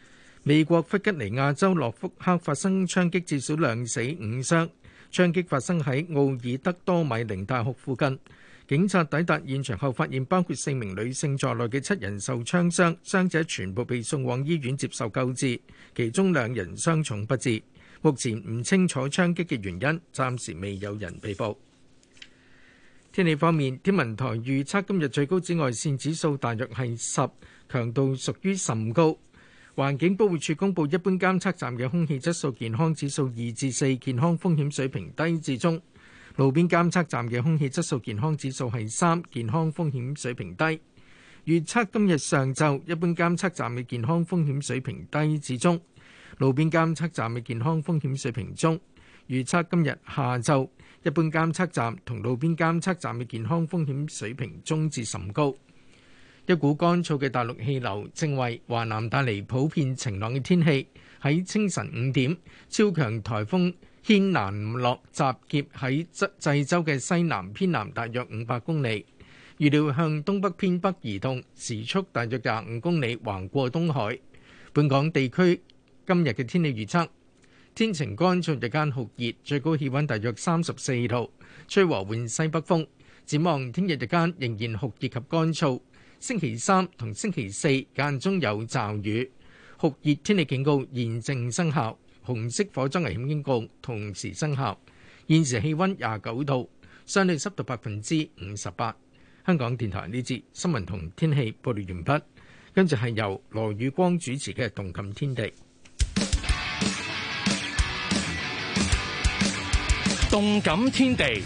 美國弗吉尼亞州諾福克發生槍擊，至少2死5傷。槍擊發生喺奧爾德多米寧大學附近。警察抵達現場後，發現包括4名女性在內嘅7人受槍傷，傷者全部被送往醫院接受救治，其中2人傷重不治。目前唔清楚槍擊嘅原因，暫時未有人被捕。天氣方面，天文台預測今日最高紫外線指數大約係10，強度屬於甚高。環境保護署公佈一般監測站嘅空氣質素健康指數2至4，健康風險水平低至中。路邊監測站嘅空氣質素健康指數係3，健康風險水平低。預測今日上晝一般監測站嘅健康風險水平低至中，路邊監測站嘅健康風險水平中。預測今日下晝一般監測站同路邊監測站嘅健康風險水平中至甚高。一股乾燥嘅大陸氣流正為華南帶嚟普遍晴朗嘅天氣。喺清晨5點，超強颱風軒嵐諾集結喺濟州嘅西南偏南大約500公里，預料向東北偏北移動，時速大約25公里，橫過東海。本港地區今日嘅天氣預測：天晴乾燥，日間酷熱，最高氣溫大約34度，吹和緩西北風。展望聽日日間仍然酷熱及乾燥，星期3同星期4間中有驟雨。酷熱天氣警告現正生效，紅色火災危險警告同時生效。現時氣溫29度，相對濕度58%。香港電台呢節新聞同天氣報道完畢，跟住係由羅宇光主持嘅《動感天地》。 動感天地。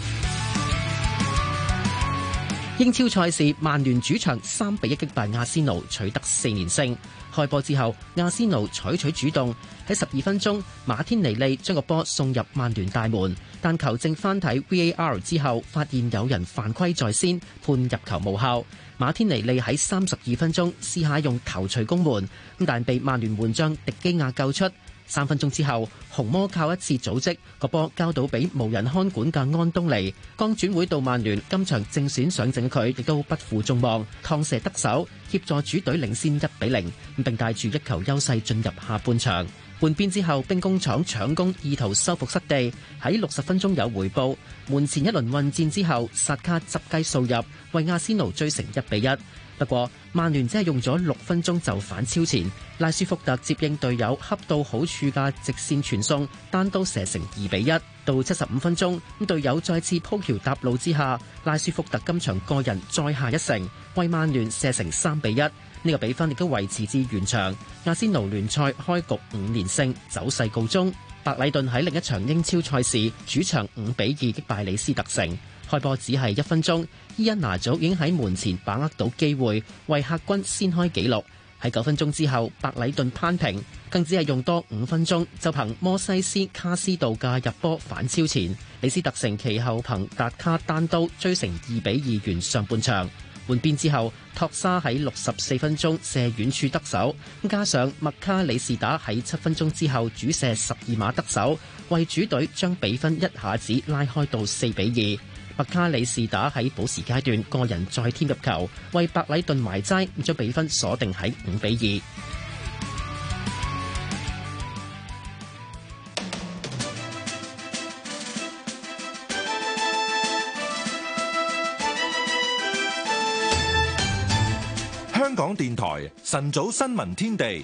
英超賽事，曼聯主場3-1擊敗阿仙奴，取得4連勝。開波之後，阿仙奴採取主動，喺12分鐘，馬天尼利將個波送入曼聯大門，但球證翻睇 VAR 之後，發現有人犯規在先，判入球無效。馬天尼利喺32分鐘試下用頭槌攻門，但被曼聯門將迪基亞救出。3分鐘之後，紅魔靠一次組織，個波交到俾無人看管嘅安東尼。剛轉會到曼聯，今場正選上陣嘅佢亦都不負眾望，趟射得手，協助主隊領先1-0，並帶住1球優勢進入下半場。換邊之後，兵工廠搶攻意圖收復失地，喺60分鐘有回報，門前一輪混戰之後，薩卡執雞掃入，為阿仙奴追成1-1。不過，曼聯只係用咗6分鐘就反超前，拉舒福特接應隊友恰到好處嘅直線傳送，單刀射成2-1。到75分鐘，隊友再次鋪橋搭路之下，拉舒福特今場個人再下一城，為曼聯射成3-1。呢個比分亦都維持至完場。阿仙奴聯賽開局5連勝，走勢告終。白禮頓喺另一場英超賽事主場5-2擊敗李斯特城。開波只係1分鐘，伊恩拿祖已經喺門前把握到機會，為客軍先開紀錄。喺9分鐘之後，白禮頓攀平，更只係用多5分鐘就憑摩西斯卡斯道嘅入波反超前。李斯特城其後憑達卡單刀追成2-2完上半場。換邊之後，托沙喺64分鐘射遠處得手，加上麥卡里士打喺7分鐘之後主射12碼得手，為主隊將比分一下子拉開到4-2。麥卡里士打喺補時階段個人再添入球，為白禮頓埋齋，將比分鎖定喺5-2。 香港電台晨早新聞天地。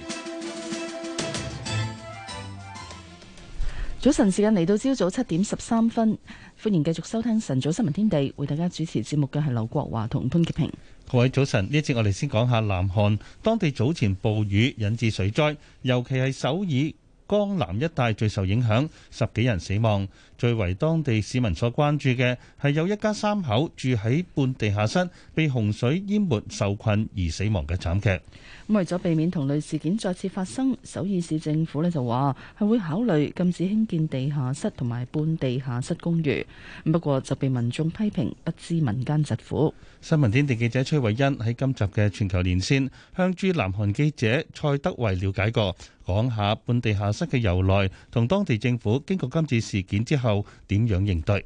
早晨時間嚟到朝早7點13分，歡迎繼續收聽晨早新聞天地，為大家主持節目嘅係劉國華同潘潔平。 各位早晨，呢一節我哋先講下南韓，當地早前暴雨引致水災，尤其係首爾、江南一帶最受影響，10幾人死亡。最為當地市民所關注嘅係有一家3口住喺半地下室，被洪水淹沒受困而死亡嘅慘劇。 為咗避免同類事件再次發生，首爾市政府就話係會考慮禁止興建地下室同埋半地下室公寓。不過就被民眾批評不知民間疾苦。 新聞天地記者崔慧欣喺今集嘅全球連線向駐南韓記者蔡德惠了解過，講下半地下室嘅由來，同當地政府經過今次事件之後點樣應對。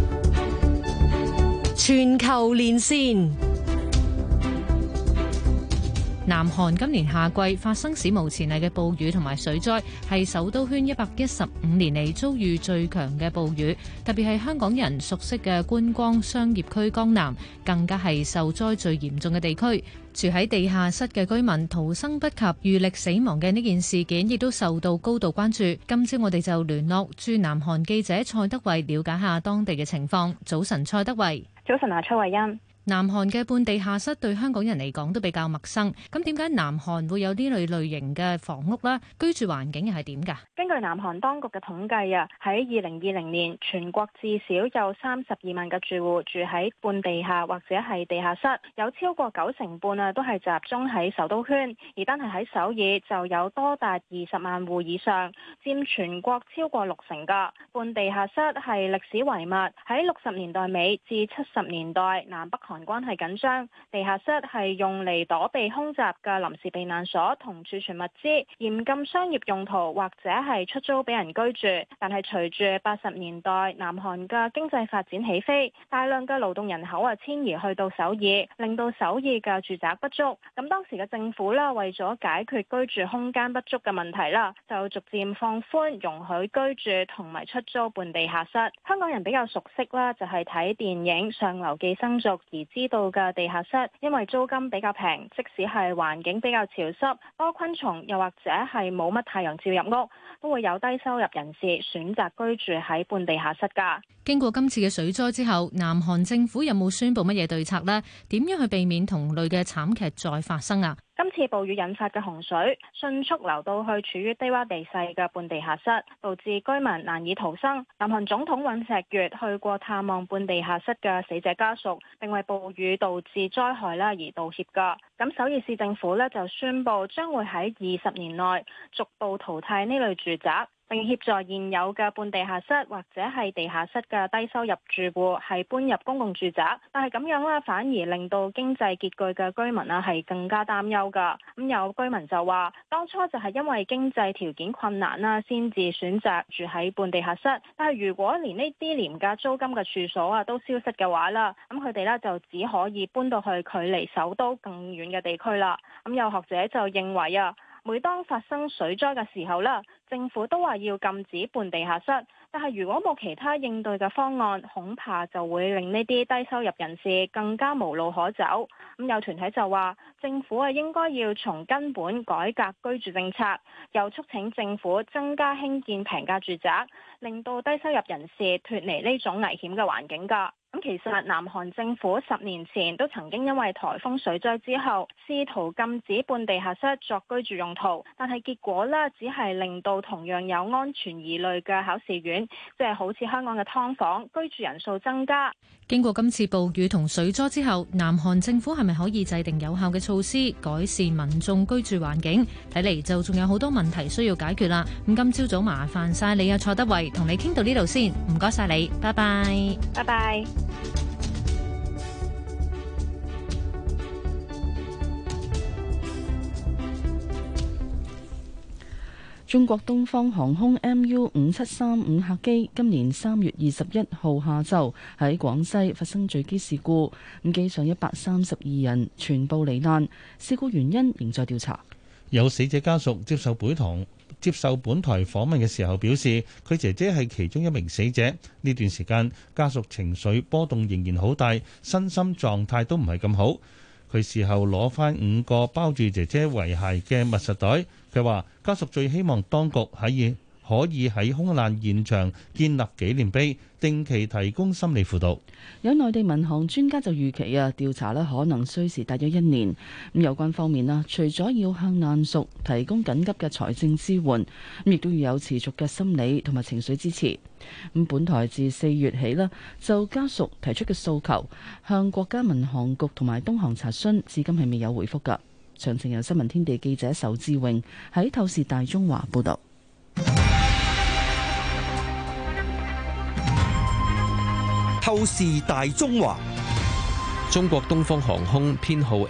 全球連線。 南韓今年夏季發生史無前例嘅暴雨同埋水災，係首都圈115年嚟遭遇最強嘅暴雨，特別係香港人熟悉嘅觀光商業區江南，更加係受災最嚴重嘅地區。住喺地下室嘅居民逃生不及遇溺死亡嘅呢件事件，亦都受到高度關注。今朝我哋就聯絡駐南韓記者蔡德慧，了解下當地嘅情況。早晨，蔡德慧。 早晨啊，崔慧欣。 南韓嘅半地下室對香港人嚟講都比較陌生，咁點解南韓會有呢類型嘅房屋呢？居住環境又係點㗎？ 根據南韓當局嘅統計啊，喺2020年全國至少有32萬嘅住戶住喺半地下或者係地下室，有超過90%啊都係集中喺首都圈，而單係喺首爾就有多達20萬戶以上，佔全國超過60%㗎。半地下室係歷史遺物，喺60年代尾至70年代南北韓關係緊張，地下室係用嚟躲避空襲嘅臨時避難所同儲存物資，嚴禁商業用途或者係出租俾人居住。但係隨住80年代南韓嘅經濟發展起飛，大量嘅勞動人口遷移去到首爾，令到首爾嘅住宅不足。咁當時嘅政府啦，為咗解決居住空間不足嘅問題啦，就逐漸放寬容許居住同埋出租半地下室。香港人比較熟悉啦，就係睇電影《上流寄生族》而知道嘅地下室，因為租金比較平，即使係環境比較潮濕、多昆蟲，又或者係冇乜太陽照入屋，都會有低收入人士選擇居住喺半地下室㗎。 經過今次嘅水災之後，南韓政府有冇宣布乜嘢對策呢？點樣去避免同類嘅慘劇再發生啊？ 今次暴雨引發嘅洪水迅速流到去處於低窪地勢嘅半地下室，導致居民難以逃生。南韓總統尹錫悅去過探望半地下室嘅死者家屬，並為暴雨導致災害而道歉㗎。咁首爾市政府就宣布將會喺20年內逐步淘汰呢類住宅，並協助現有嘅半地下室或者係地下室嘅低收入住戶係搬入公共住宅，但係咁樣反而令到經濟拮據嘅居民係更加擔憂㗎。咁有居民就話，當初就係因為經濟條件困難先至選擇住喺半地下室，但係如果連呢啲廉價租金嘅處所都消失嘅話啦，咁佢哋就只可以搬到去距離首都更遠嘅地區啦。咁有學者就認為每當發生水災嘅時候啦，政府都話要禁止半地下室，但係如果冇其他應對嘅方案，恐怕就會令呢啲低收入人士更加無路可走。咁有團體就話，政府應該要從根本改革居住政策，又促請政府增加興建平價住宅，令到低收入人士脫離呢種危險嘅環境㗎。咁其實南韓政府10年前都曾經因為颱風水災之後，試圖禁止半地下室作居住用途，但係結果只係令到同樣有安全疑慮嘅考試院，即係好似香港嘅劏房，居住人數增加。 經過今次暴雨同水災之後，南韓政府係咪可以制定有效嘅措施改善民眾居住環境？睇嚟就仲有好多問題需要解決啦。咁今朝早麻煩晒你蔡德慧，同你傾到呢度先，唔該晒你，拜拜， 拜拜。 中國東方航空 MU5735客機今年3月21號下晝喺廣西發生墜機事故，咁機上132人全部罹難，事故原因仍在調查。 有死者家屬接受本台訪問嘅時候表示，佢姐姐係其中一名死者。呢段時間家屬情緒波動仍然好大，身心狀態都唔係咁好。佢事後攞返5個包住姐姐遺骸嘅密實袋。佢話家屬最希望當局可以喺空難現場建立紀念碑，定期提供心理輔導。 有內地民航專家就預期調查可能需時大約1年。咁有關方面除咗要向難屬提供緊急嘅財政支援，亦都要有持續嘅心理同埋情緒支持。咁本台自4月起就家屬提出嘅訴求，向國家民航局同埋東航查詢，至今係未有回覆㗎。詳情由新聞天地記者仇志榮喺透視大中華報道。 透視大中華。 中國東方航空編號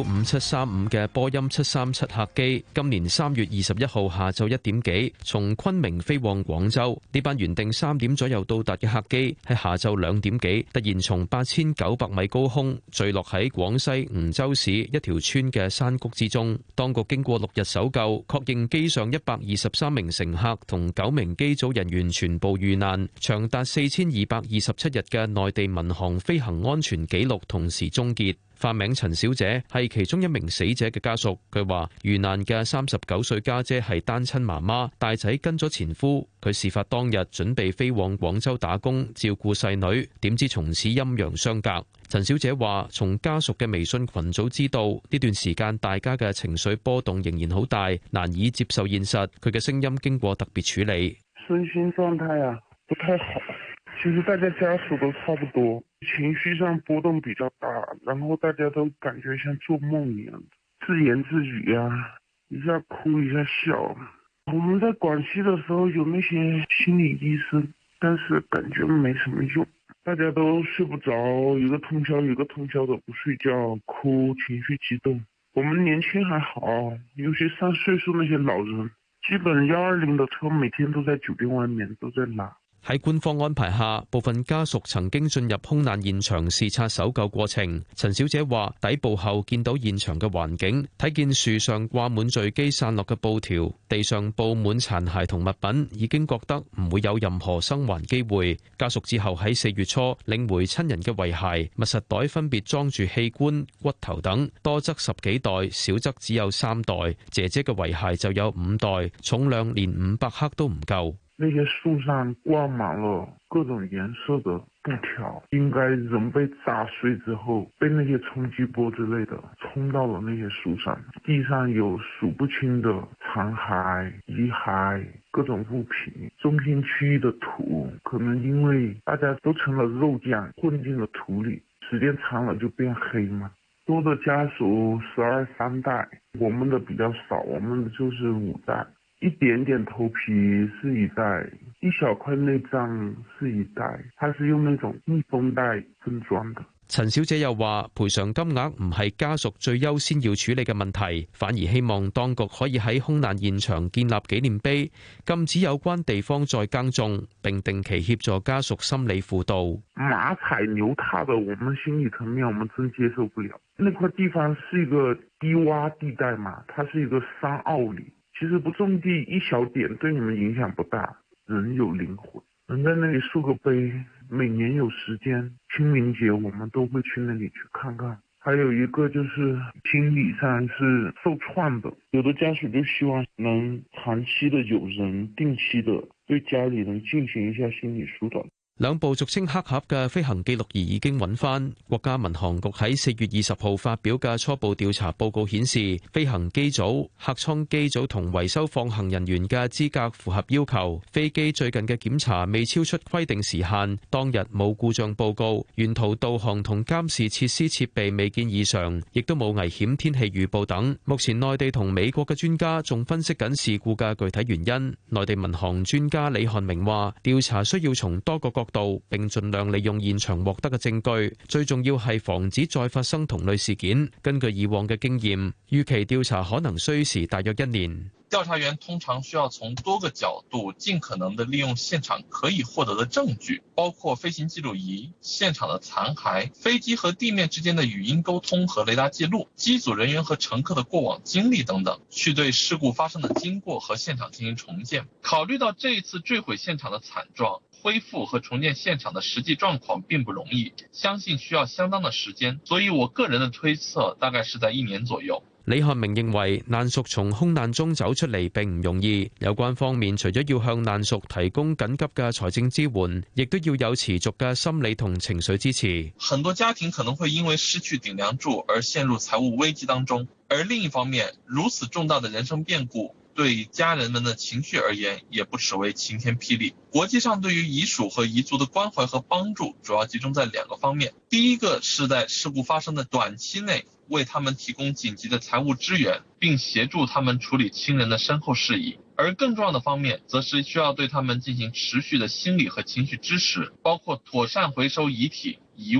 MU5735嘅波音737客機，今年3月21號下晝1點幾，從昆明飛往廣州。呢班原定3點左右到達嘅客機，喺下晝2點幾，突然從8900米高空墜落喺廣西梧州市一條村嘅山谷之中。當局經過6日搜救，確認機上123名乘客同9名機組人員全部遇難，長達4227日嘅內地民航飛行安全紀錄同時終結。化名陳小姐係其中一名死者嘅家屬，佢話遇難嘅39歲家姐係單親媽媽，大仔跟咗前夫。佢事發當日準備飛往廣州打工，照顧細女，點知從此陰陽相隔。陳小姐話從家屬嘅微信群組知道呢段時間大家嘅情緒波動仍然好大，難以接受現實。佢嘅聲音經過特別處理。 身心狀態不太好，其實大家家屬都差不多，情緒上波動比較大，然後大家都感覺像做夢一樣，自言自語一下哭一下笑。我們在廣西的時候有那些心理醫生，但是感覺沒什麼用，大家都睡不着，一個通宵的不睡覺，哭，情緒激動。我們年輕還好，尤其上歲數那些老人，基本120的車每天都在酒店外面都在拉。 喺官方安排下，部分家屬曾經進入空難現場視察搜救過程。陳小姐話：抵埗後見到現場嘅環境，睇見樹上掛滿墜機散落嘅布條，地上佈滿殘骸同物品，已經覺得唔會有任何生還機會。家屬之後喺4月初領回親人嘅遺骸，密實袋分別裝住器官、骨頭等，多則10幾袋，少則只有3袋。姐姐嘅遺骸就有5袋，重量連500克都唔夠。 那些樹上掛滿了各種顏色的布條，應該人被炸碎之後，被那些衝擊波之類的衝到了那些樹上。地上有數不清的殘骸、遺骸、各種物品，中心區域的土，可能因為大家都成了肉醬，混進了土裏，時間長了就變黑嘛。多的家屬12、3袋，我們的比較少，我們的就是5袋。一點點頭皮是1袋，一小塊內臟是1袋，它是用那種密封袋分裝的。 陳小姐又話：賠償金額唔係家屬最優先要處理嘅問題，反而希望當局可以喺空難現場建立紀念碑，禁止有關地方再耕種，並定期協助家屬心理輔導。 馬踩牛踏的，我們心理層面我們真接受不了。那塊地方是一個低窪地帶嘛，它是一個山坳裏。其實不種地一小點對你們影響不大，人有靈魂，能在那裡豎個碑，每年有時間清明節我們都會去那裡去看看。還有一個就是心理上是受創的，有的家屬就希望能長期的有人定期的對家裡人進行一下心理疏導。 兩部俗稱黑盒嘅飛行記錄儀已經揾翻。國家民航局喺4月20號發表嘅初步調查報告顯示，飛行機組、客艙機組同維修放行人員嘅資格符合要求。飛機最近嘅檢查未超出規定時限，當日冇故障報告，沿途導航同監視設施設備未見異常，亦都冇危險天氣預報等。目前內地同美國嘅專家仲分析緊事故嘅具體原因。內地民航專家李漢明話：調查需要從多個角度，並盡量利用現場獲得嘅證據，最重要係防止再發生同類事件。根據以往嘅經驗，預期調查可能需時大約1年。 調查員通常需要從多個角度盡可能地利用現場可以獲得的證據，包括飛行記錄儀、現場的殘骸、飛機和地面之間的語音溝通和雷達記錄、機組人員和乘客的過往經歷等等，去對事故發生的經過和現場進行重建。考慮到這一次墜毀現場的慘狀，恢復和重建現場的實際狀況並不容易，相信需要相當的時間，所以我個人的推測大概是在1年左右。 李漢明認為難屬從空難中走出嚟並唔容易，有關方面除咗要向難屬提供緊急嘅財政支援，亦都要有持續嘅心理同情緒支持。 很多家庭可能會因為失去頂梁柱而陷入財務危機當中，而另一方面，如此重大的人生變故，對家人們的情緒而言，也不失為晴天霹靂。國際上對於遺屬和遺族的關懷和幫助，主要集中在2個方面。第一個是在事故發生的短期內，為他們提供緊急的財務支援，並協助他們處理親人的身後事宜。而更重要的方面，則是需要對他們進行持續的心理和情緒支持，包括妥善回收遺體、遺物，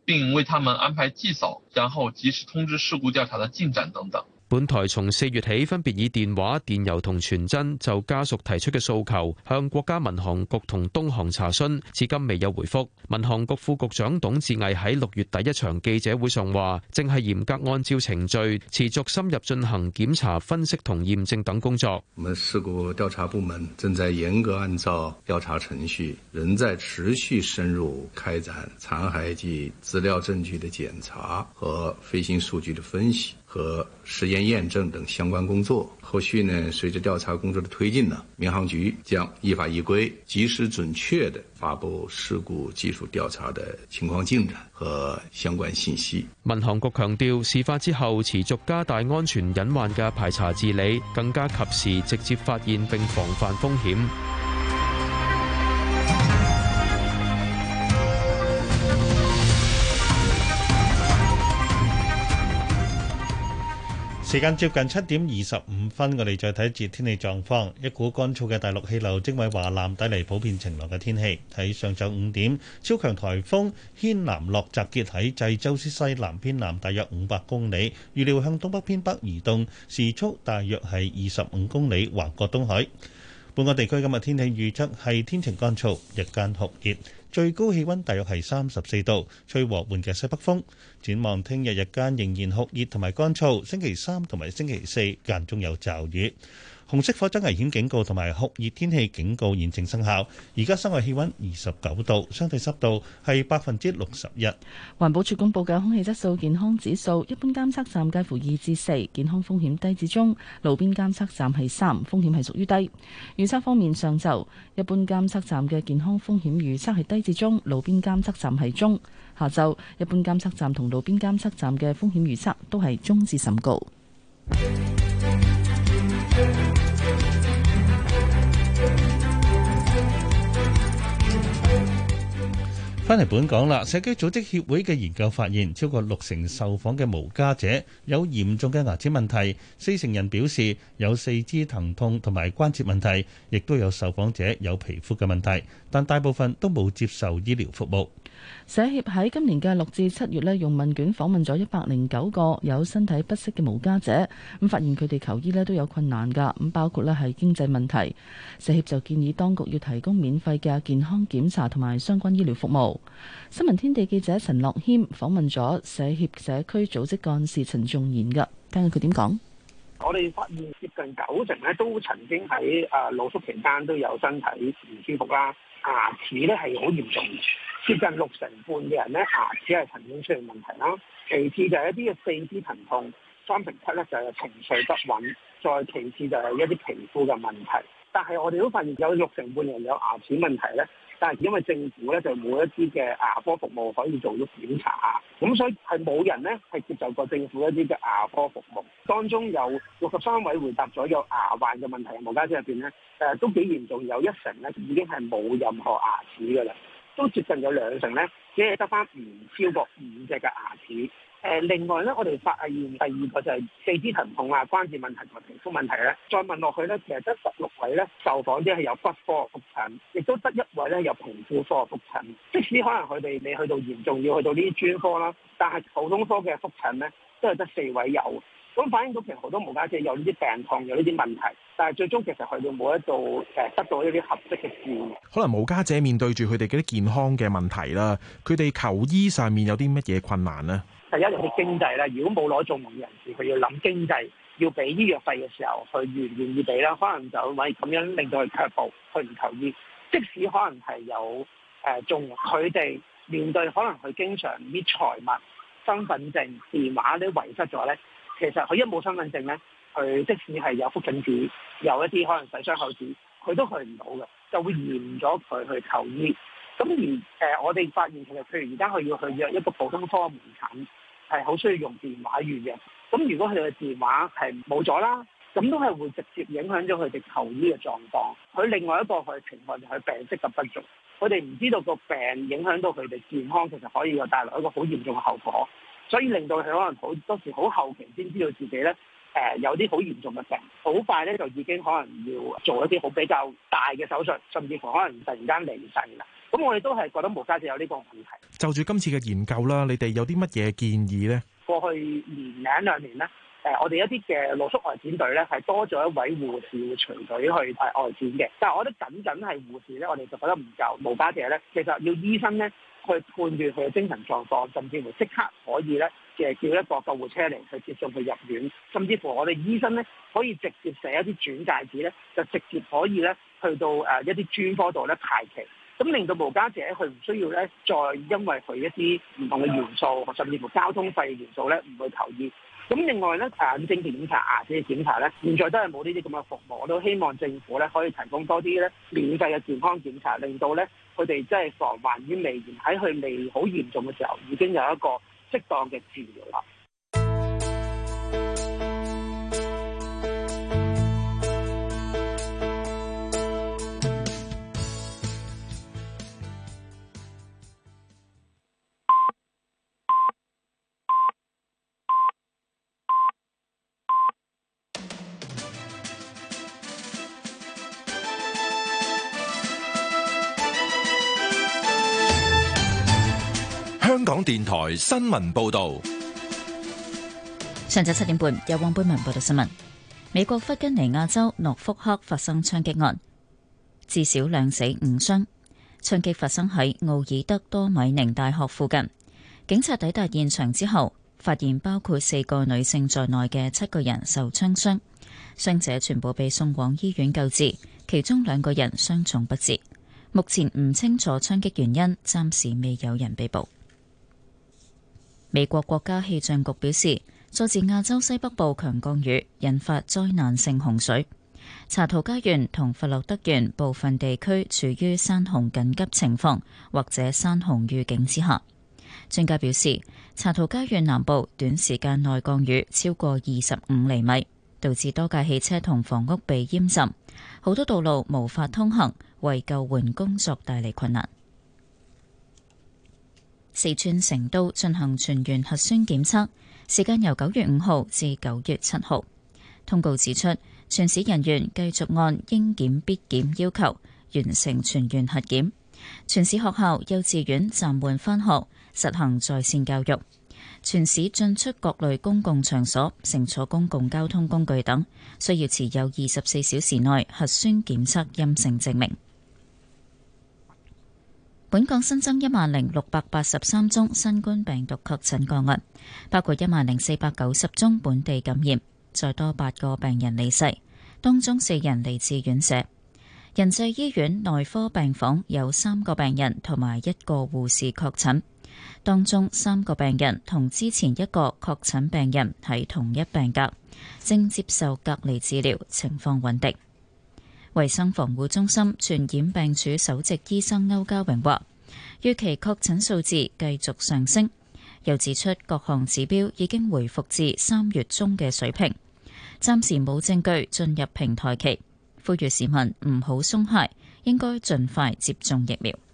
並為他們安排祭掃，然後及時通知事故調查的進展等等。 本台從4月起分別以電話、電郵同傳真就家屬提出嘅訴求向國家民航局同東航查詢，至今未有回覆。民航局副局長董志毅喺6月第一場記者會上話，正係嚴格按照程序持續深入進行檢查、分析同驗證等工作。 我們事故調查部門正在嚴格按照調查程序，仍在持續深入開展殘骸及資料證據的檢查和飛行數據的分析和實驗驗證等相關工作。後續呢，隨着調查工作的推進呢，民航局將依法依規、及時準確地發布事故技術調查的情況進展和相關信息。 民航局強調，事發之後持續加大安全隱患嘅排查治理，更加及時直接發現並防範風險。 時間接近7點25分，我哋再睇一節天氣狀況。一股乾燥嘅大陸氣流正為華南帶嚟普遍晴朗嘅天氣。喺上晝5點，超強颱風軒嵐諾集結喺濟州市西南偏南大約500公里，預料向東北偏北移動，時速大約係25公里，橫過東海。本港地區今日天氣預測係天晴乾燥，日間酷熱，最高氣溫大約係34度，吹和緩嘅西北風。展望聽日日間仍然酷熱同埋乾燥，星期3同埋星期4間中有驟雨。紅色火災危險警告同埋酷熱天氣警告現正生效。而家室外氣溫29度，相對濕度係61%。 環保署公布嘅空氣質素健康指數，一般監測站介乎2至4，健康風險低至中；路邊監測站係3，風險係屬於低。預測方面，上晝一般監測站嘅健康風險預測係低至中，路邊監測站係中；下晝一般監測站同路邊監測站嘅風險預測都係中至甚高。 返嚟本港啦，社區組織協會嘅研究發現，超過60%受訪嘅無家者有嚴重嘅牙齒問題，40%人表示有四肢疼痛同埋關節問題，亦都有受訪者有皮膚嘅問題，但大部分都冇接受醫療服務。 社協喺今年嘅6至7月呢，用問卷訪問咗109個有身體不適嘅無家者，咁發現佢哋求醫呢都有困難㗎，咁包括呢係經濟問題。社協就建議當局要提供免費嘅健康檢查同埋相關醫療服務。新聞天地記者陳樂謙訪問咗社協社區組織幹事陳仲賢㗎，聽下佢點講。 我哋發現接近90%咧都曾經喺露宿期間都有身體唔舒服啦，牙齒咧係好嚴重，接近60%半嘅人咧牙齒係曾經出現問題啦。其次就係一啲嘅四肢疼痛，3成7咧就係情緒不穩，再其次就係一啲皮膚嘅問題。但係我哋都發現有60%半人有牙齒問題咧。但係因為政府咧就冇一啲嘅牙科服務可以做到檢查，咁所以係冇人咧係接受過政府一啲嘅牙科服務。當中有63位回答咗有牙患嘅問題嘅無家者入邊咧，都幾嚴重，有1成咧已經係冇任何牙齒㗎啦，都接近有2成咧，只係得返唔超過5隻嘅牙齒。另外咧，我哋發現第二個就係四肢疼痛啊、關節問題同埋皮膚問題咧。再問落去咧，其實得16位咧受訪者係有骨科覆診，亦都得1位咧有皮膚科覆診。即使可能佢哋未去到嚴重要去到呢啲專科啦，但係普通科嘅覆診咧都係得4位有。咁反映到其實好多無家者有呢啲病痛，有呢啲問題，但係最終其實佢哋冇得到一啲合適嘅治療。 可能無家者面對住佢哋嗰啲健康嘅問題啦，佢哋求醫上面有啲乜嘢困難呢？ 第一係啲經濟啦，如果冇攞綜援人士，佢要諗經濟，要俾醫藥費嘅時候，佢願唔願意俾啦？可能就會咁樣令到佢卻步，佢唔求醫。即使可能係有綜援，佢哋面對可能佢經常啲財物、身份證、電話啲遺失咗咧，其實佢一冇身份證咧，佢即使係有覆診紙，有一啲可能洗傷口紙，佢都去唔到嘅，就會延咗佢去求醫。咁而我哋發現其實譬如而家佢要去約一個普通科門診，係好需要用電話預約。咁如果佢哋嘅電話係冇咗啦，咁都係會直接影響咗佢哋求醫嘅狀況。佢另外一個佢情況就係病識嘅不足，佢哋唔知道個病影響到佢哋健康，其實可以帶來一個好嚴重嘅後果，所以令到佢可能好多時好後期先知道自己咧有啲好嚴重嘅病，好快咧就已經可能要做一啲好比較大嘅手術，甚至乎可能突然間離世啦。咁我哋都係覺得無家者有呢個問題。 就住今次嘅研究啦，你哋有啲乜嘢建議呢？ 過去年零兩年咧，我哋一啲嘅露宿外展隊咧係多咗一位護士會隨隊去外展嘅，但係我覺得僅僅係護士咧，我哋就覺得唔夠。無家者咧，其實要醫生咧去判斷佢嘅精神狀況，甚至乎即刻可以咧嘅叫一個救護車嚟去接送佢入院，甚至乎我哋醫生咧可以直接寫一啲轉介紙咧，就直接可以咧去到一啲專科度咧排期。咁令到無家者佢唔需要咧，再因為佢一啲唔同嘅元素，甚至乎交通費元素咧，唔去求醫。咁另外咧，眼睛檢查、牙齒檢查咧，現在都係冇呢啲咁嘅服務。我都希望政府咧可以提供多啲咧免費嘅健康檢查，令到咧佢哋即係防患於未然，喺佢未好嚴重嘅時候，已經有一個適當嘅治療啦。 香港電台新聞報道， 上晝7點半，由黃貝文報道新聞。美國弗吉尼亞州諾福克發生槍擊案，至少2死5傷。槍擊發生喺奧爾德多米寧大學附近。警察抵達現場之後，發現包括4個女性在內嘅7個人受槍傷，傷者全部被送往醫院救治，其中2個人傷重不治。目前唔清楚槍擊原因，暫時未有人被捕。美國國家氣象局表示，佐治亞州西北部強降雨，引發災難性洪水。查圖加縣同弗洛德縣部分地區處於山洪緊急情況或者山洪預警之下。專家表示，查圖加縣南部短時間內降雨超過25厘米，導致多架汽車同房屋被淹浸，好多道路無法通行，為救援工作帶嚟困難。四川成都進行全員核酸檢測，時間由9月5號至9月7號。通告指出，全市人員繼續按應檢必檢要求完成全員核檢。全市學校、幼稚園暫緩返學，實行在線教育。全市進出各類公共場所、乘坐公共交通工具等，需要持有24小時內核酸檢測陰性證明。本港新增10,683宗新冠病毒確診個案，包括10,490宗本地感染，再多8個病人離世，當中4人嚟自院舍。仁濟醫院內科病房有3個病人同埋1個護士確診，當中3個病人同之前1個確診病人喺同一病格，正接受隔離治療，情況穩定。衛生防護中心傳染病處首席醫生歐家榮話，預期確診數字繼續上升，又指出各項指標已經回復至3月中嘅水平，暫時冇證據進入平台期，呼籲市民唔好鬆懈，應該盡快接種疫苗。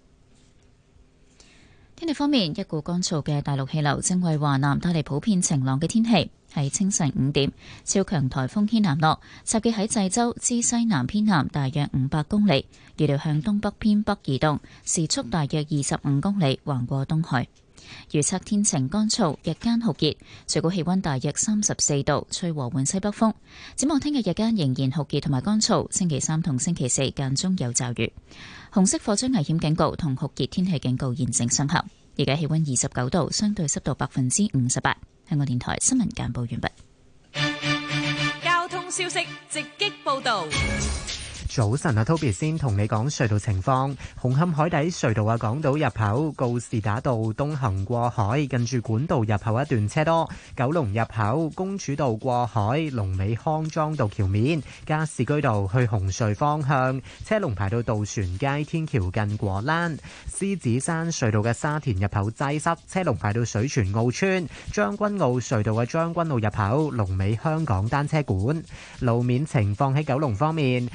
天氣方面，一股乾燥嘅大陸氣流正為華南帶嚟普遍晴朗嘅天氣。喺清晨5點，超強颱風軒嵐諾集結喺濟州之西南偏南大約500公里，預料向東北偏北移動，時速大約25公里，橫過東海。預測天晴乾燥，日間酷熱，最高氣溫大約34度，吹和緩西北風。展望聽日日間仍然酷熱同埋乾燥，星期3同星期4間中有驟雨。紅色火災危險警告同酷熱天氣警告現正生效。而家氣溫29度，相對濕度58%。香港電台新聞簡報完畢。 交通消息直擊報道。 早晨啊 ，Toby 先同你講隧道情況。紅磡海底隧道嘅港島入口告士打道東行過海，近住管道入口一段車多；九龍入口公主道過海，龍尾康莊道橋面；加士居道去紅隧方向，車龍排到渡船街天橋近果欄；獅子山隧道嘅沙田入口擠塞，車龍排到水泉澳村；將軍澳隧道嘅將軍澳入口，龍尾香港單車館。路面情況喺九龍方面，新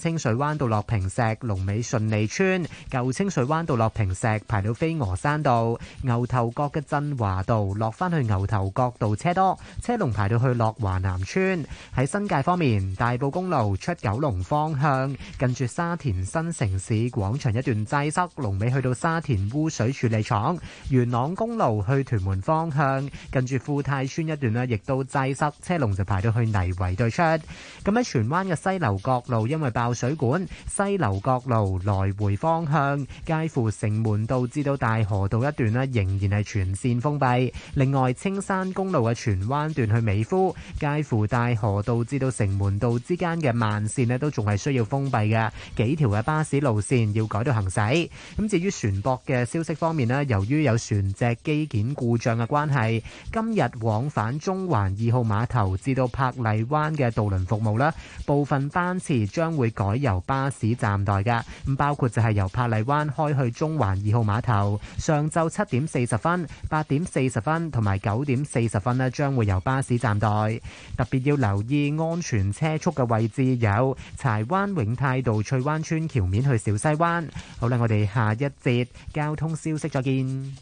清水灣道落坪石、龍尾順利村；舊清水灣道落坪石排到飛鵝山道；牛頭角嘅振華道落翻去牛頭角道車多，車龍排到去樂華南村。喺新界方面，大埔公路出九龍方向，近住沙田新城市廣場一段擠塞，龍尾去到沙田污水處理廠；元朗公路去屯門方向，近住富泰村一段呢亦都擠塞，車龍就排到去泥圍對出。咁喺荃灣嘅西樓角路，因為爆水管，西樓角路來回方向，介乎城門道至到大河道一段呢仍然係全線封閉。另外，青山公路嘅荃灣段去美孚，介乎大河道至到城門道之間嘅慢線呢都仲係需要封閉嘅，幾條嘅巴士路線要改道行駛。咁至於船舶嘅消息方面呢，由於有船隻機件故障嘅關係，今日往返中環2號碼頭至到珀麗灣嘅渡輪服務啦，部分班次將會改由巴士站代㗎。咁包括就係由珀麗灣開去中環2號碼頭，上晝7點40分、8點40分同埋9點40分呢，將會由巴士站代。特別要留意安全車速嘅位置有柴灣永泰道翠灣村橋面去小西灣。好啦，我哋下一節交通消息再見。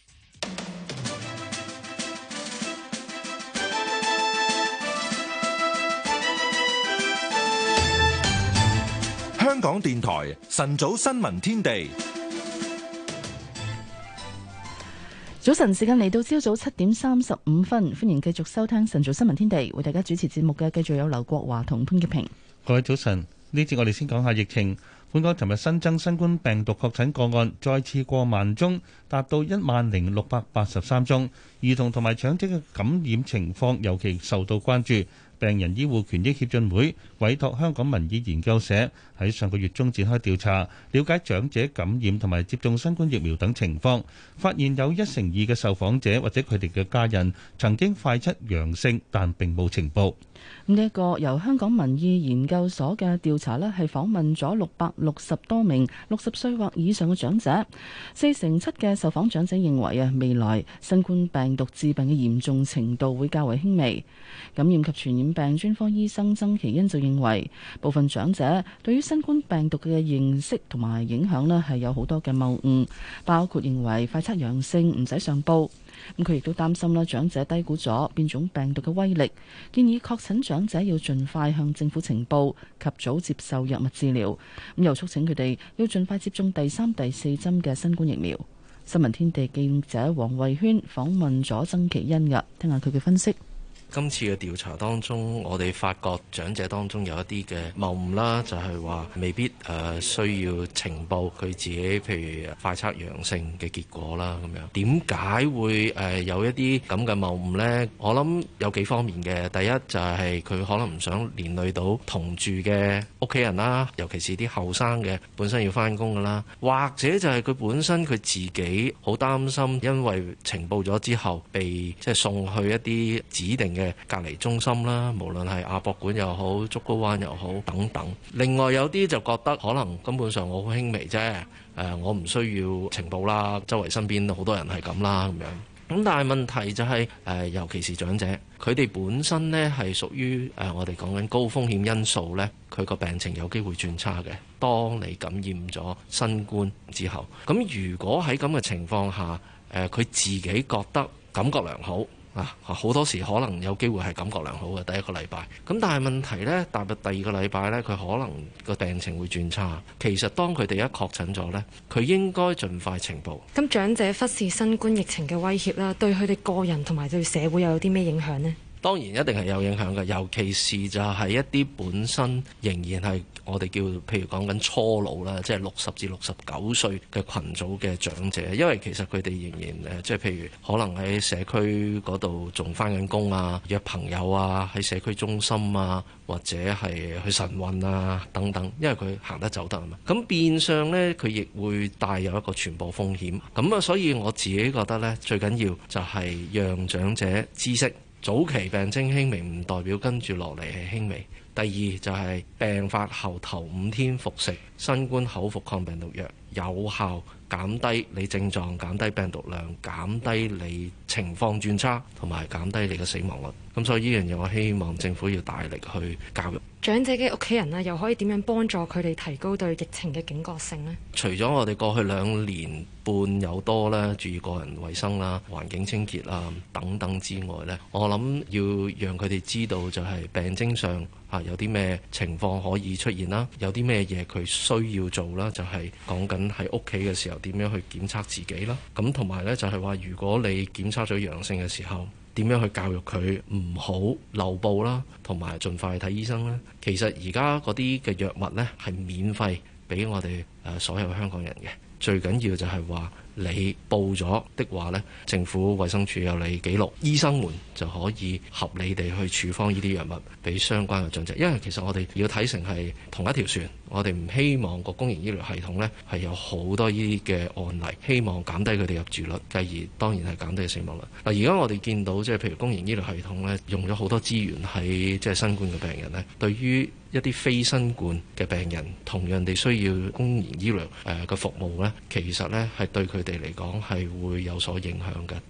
香港電台晨早新聞天地， 早晨時間嚟到朝早7點35分，歡迎繼續收聽晨早新聞天地，為大家主持節目嘅繼續有劉國華同潘潔平。 各位早晨，呢節我哋先講下疫情。本港尋日新增新冠病毒確診個案再次過萬宗，達到10,683宗。兒童同埋長者嘅感染情況尤其受到關注。病人醫護權益協進會委託香港民意研究社喺上個月中展開調查，了解長者感染同埋接種新冠疫苗等情況，發現有1成2嘅受訪者或者佢哋嘅家人曾經快測陽性，但並冇呈報。 呢一個由香港民意研究所嘅調查呢，係訪問咗660多名60歲或以上嘅長者，4成7嘅受訪長者認為未來新冠病毒致病嘅嚴重程度會較為輕微。感染及傳染病專科醫生曾其恩就認為，部分長者對於新冠病毒嘅認識同埋影響呢係有好多嘅謬誤，包括認為快測陽性唔使上報。咁佢亦都擔心啦，長者低估咗變種病毒嘅威力，建議確診長者要盡快向政府呈報，及早接受藥物治療。咁又促請佢哋要盡快接種第3、第4針嘅新冠疫苗。新聞天地記者黃慧軒訪問咗曾其恩㗎，聽下佢嘅分析。 今次嘅調查當中，我哋發覺長者當中有一啲嘅謬誤啦，就係話未必需要呈報佢自己，譬如快測陽性嘅結果啦咁樣。點解會有一啲咁嘅謬誤呢？我諗有幾方面嘅。第一就係佢可能唔想連累到同住嘅屋企人啦，尤其是啲後生嘅本身要返工㗎啦，或者就係佢本身佢自己好擔心，因為呈報咗之後被即係送去一啲指定嘅隔離中心啦，無論係亞博館又好、竹篙灣又好等等。另外有啲就覺得可能根本上我好輕微啫，我唔需要呈報啦，周圍身邊好多人係咁啦咁樣。咁但係問題就係尤其是長者，佢哋本身呢係屬於我哋講緊高風險因素呢，佢個病情有機會轉差嘅。當你感染咗新冠之後，咁如果喺咁嘅情況下，佢自己覺得感覺良好。好多時可能有機會係感覺良好嘅第一個禮拜，咁但係問題呢，踏入第2個禮拜呢，佢可能個病情會轉差。其實當佢哋一確診咗呢，佢應該盡快呈報。 咁長者忽視新冠疫情嘅威脅啦，對佢哋個人同埋對社會又有啲咩影響呢？ 當然一定係有影響嘅，尤其是就係一啲本身仍然係我哋叫譬如講緊初老啦，即係60至69歲嘅群組嘅長者，因為其實佢哋仍然即係譬如可能喺社區嗰度仲返緊工啊，約朋友啊，喺社區中心啊，或者係去晨運啊等等，因為佢行得走得啊嘛，咁變相呢，佢亦會帶有一個傳播風險。咁啊，所以我自己覺得呢，最緊要就係讓長者知悉。早期病徵輕微唔代表跟住落嚟係輕微。第二就係病發後頭5天服食新冠口服抗病毒藥，有效減低你症狀、減低病毒量、減低你情況轉差，同埋減低你嘅死亡率。 咁所以呢樣嘢我希望政府要大力去教育長者嘅屋企人啦，又可以點樣幫助佢哋提高對疫情嘅警覺性呢？ 除咗我哋過去2年半有多咧，注意個人衛生啦、環境清潔啦等等之外咧，我諗要讓佢哋知道就係病徵上有啲咩情況可以出現啦，有啲咩嘢佢需要做啦，就係講緊喺屋企嘅時候點樣去檢測自己啦。咁同埋咧就係話，如果你檢測咗陽性嘅時候，點樣去教育佢唔好漏報啦，同埋盡快去睇醫生啦。其實而家嗰啲嘅藥物呢，係免費俾我哋所有香港人嘅。最緊要就係話你報咗的話呢，政府衛生署有你記錄，醫生們就可以合理地去處方呢啲藥物俾相關嘅長者。因為其實我哋要睇成係同一條船，我哋唔希望個公營醫療系統呢係有好多呢啲嘅案例，希望減低佢哋入住率，繼而當然係減低死亡率。嗱，而家我哋見到即係譬如公營醫療系統呢，用咗好多資源喺即係新冠嘅病人呢，對於一啲非新冠嘅病人，同樣地需要公營醫療嘅服務呢，其實呢係對佢哋嚟講係會有所影響嘅。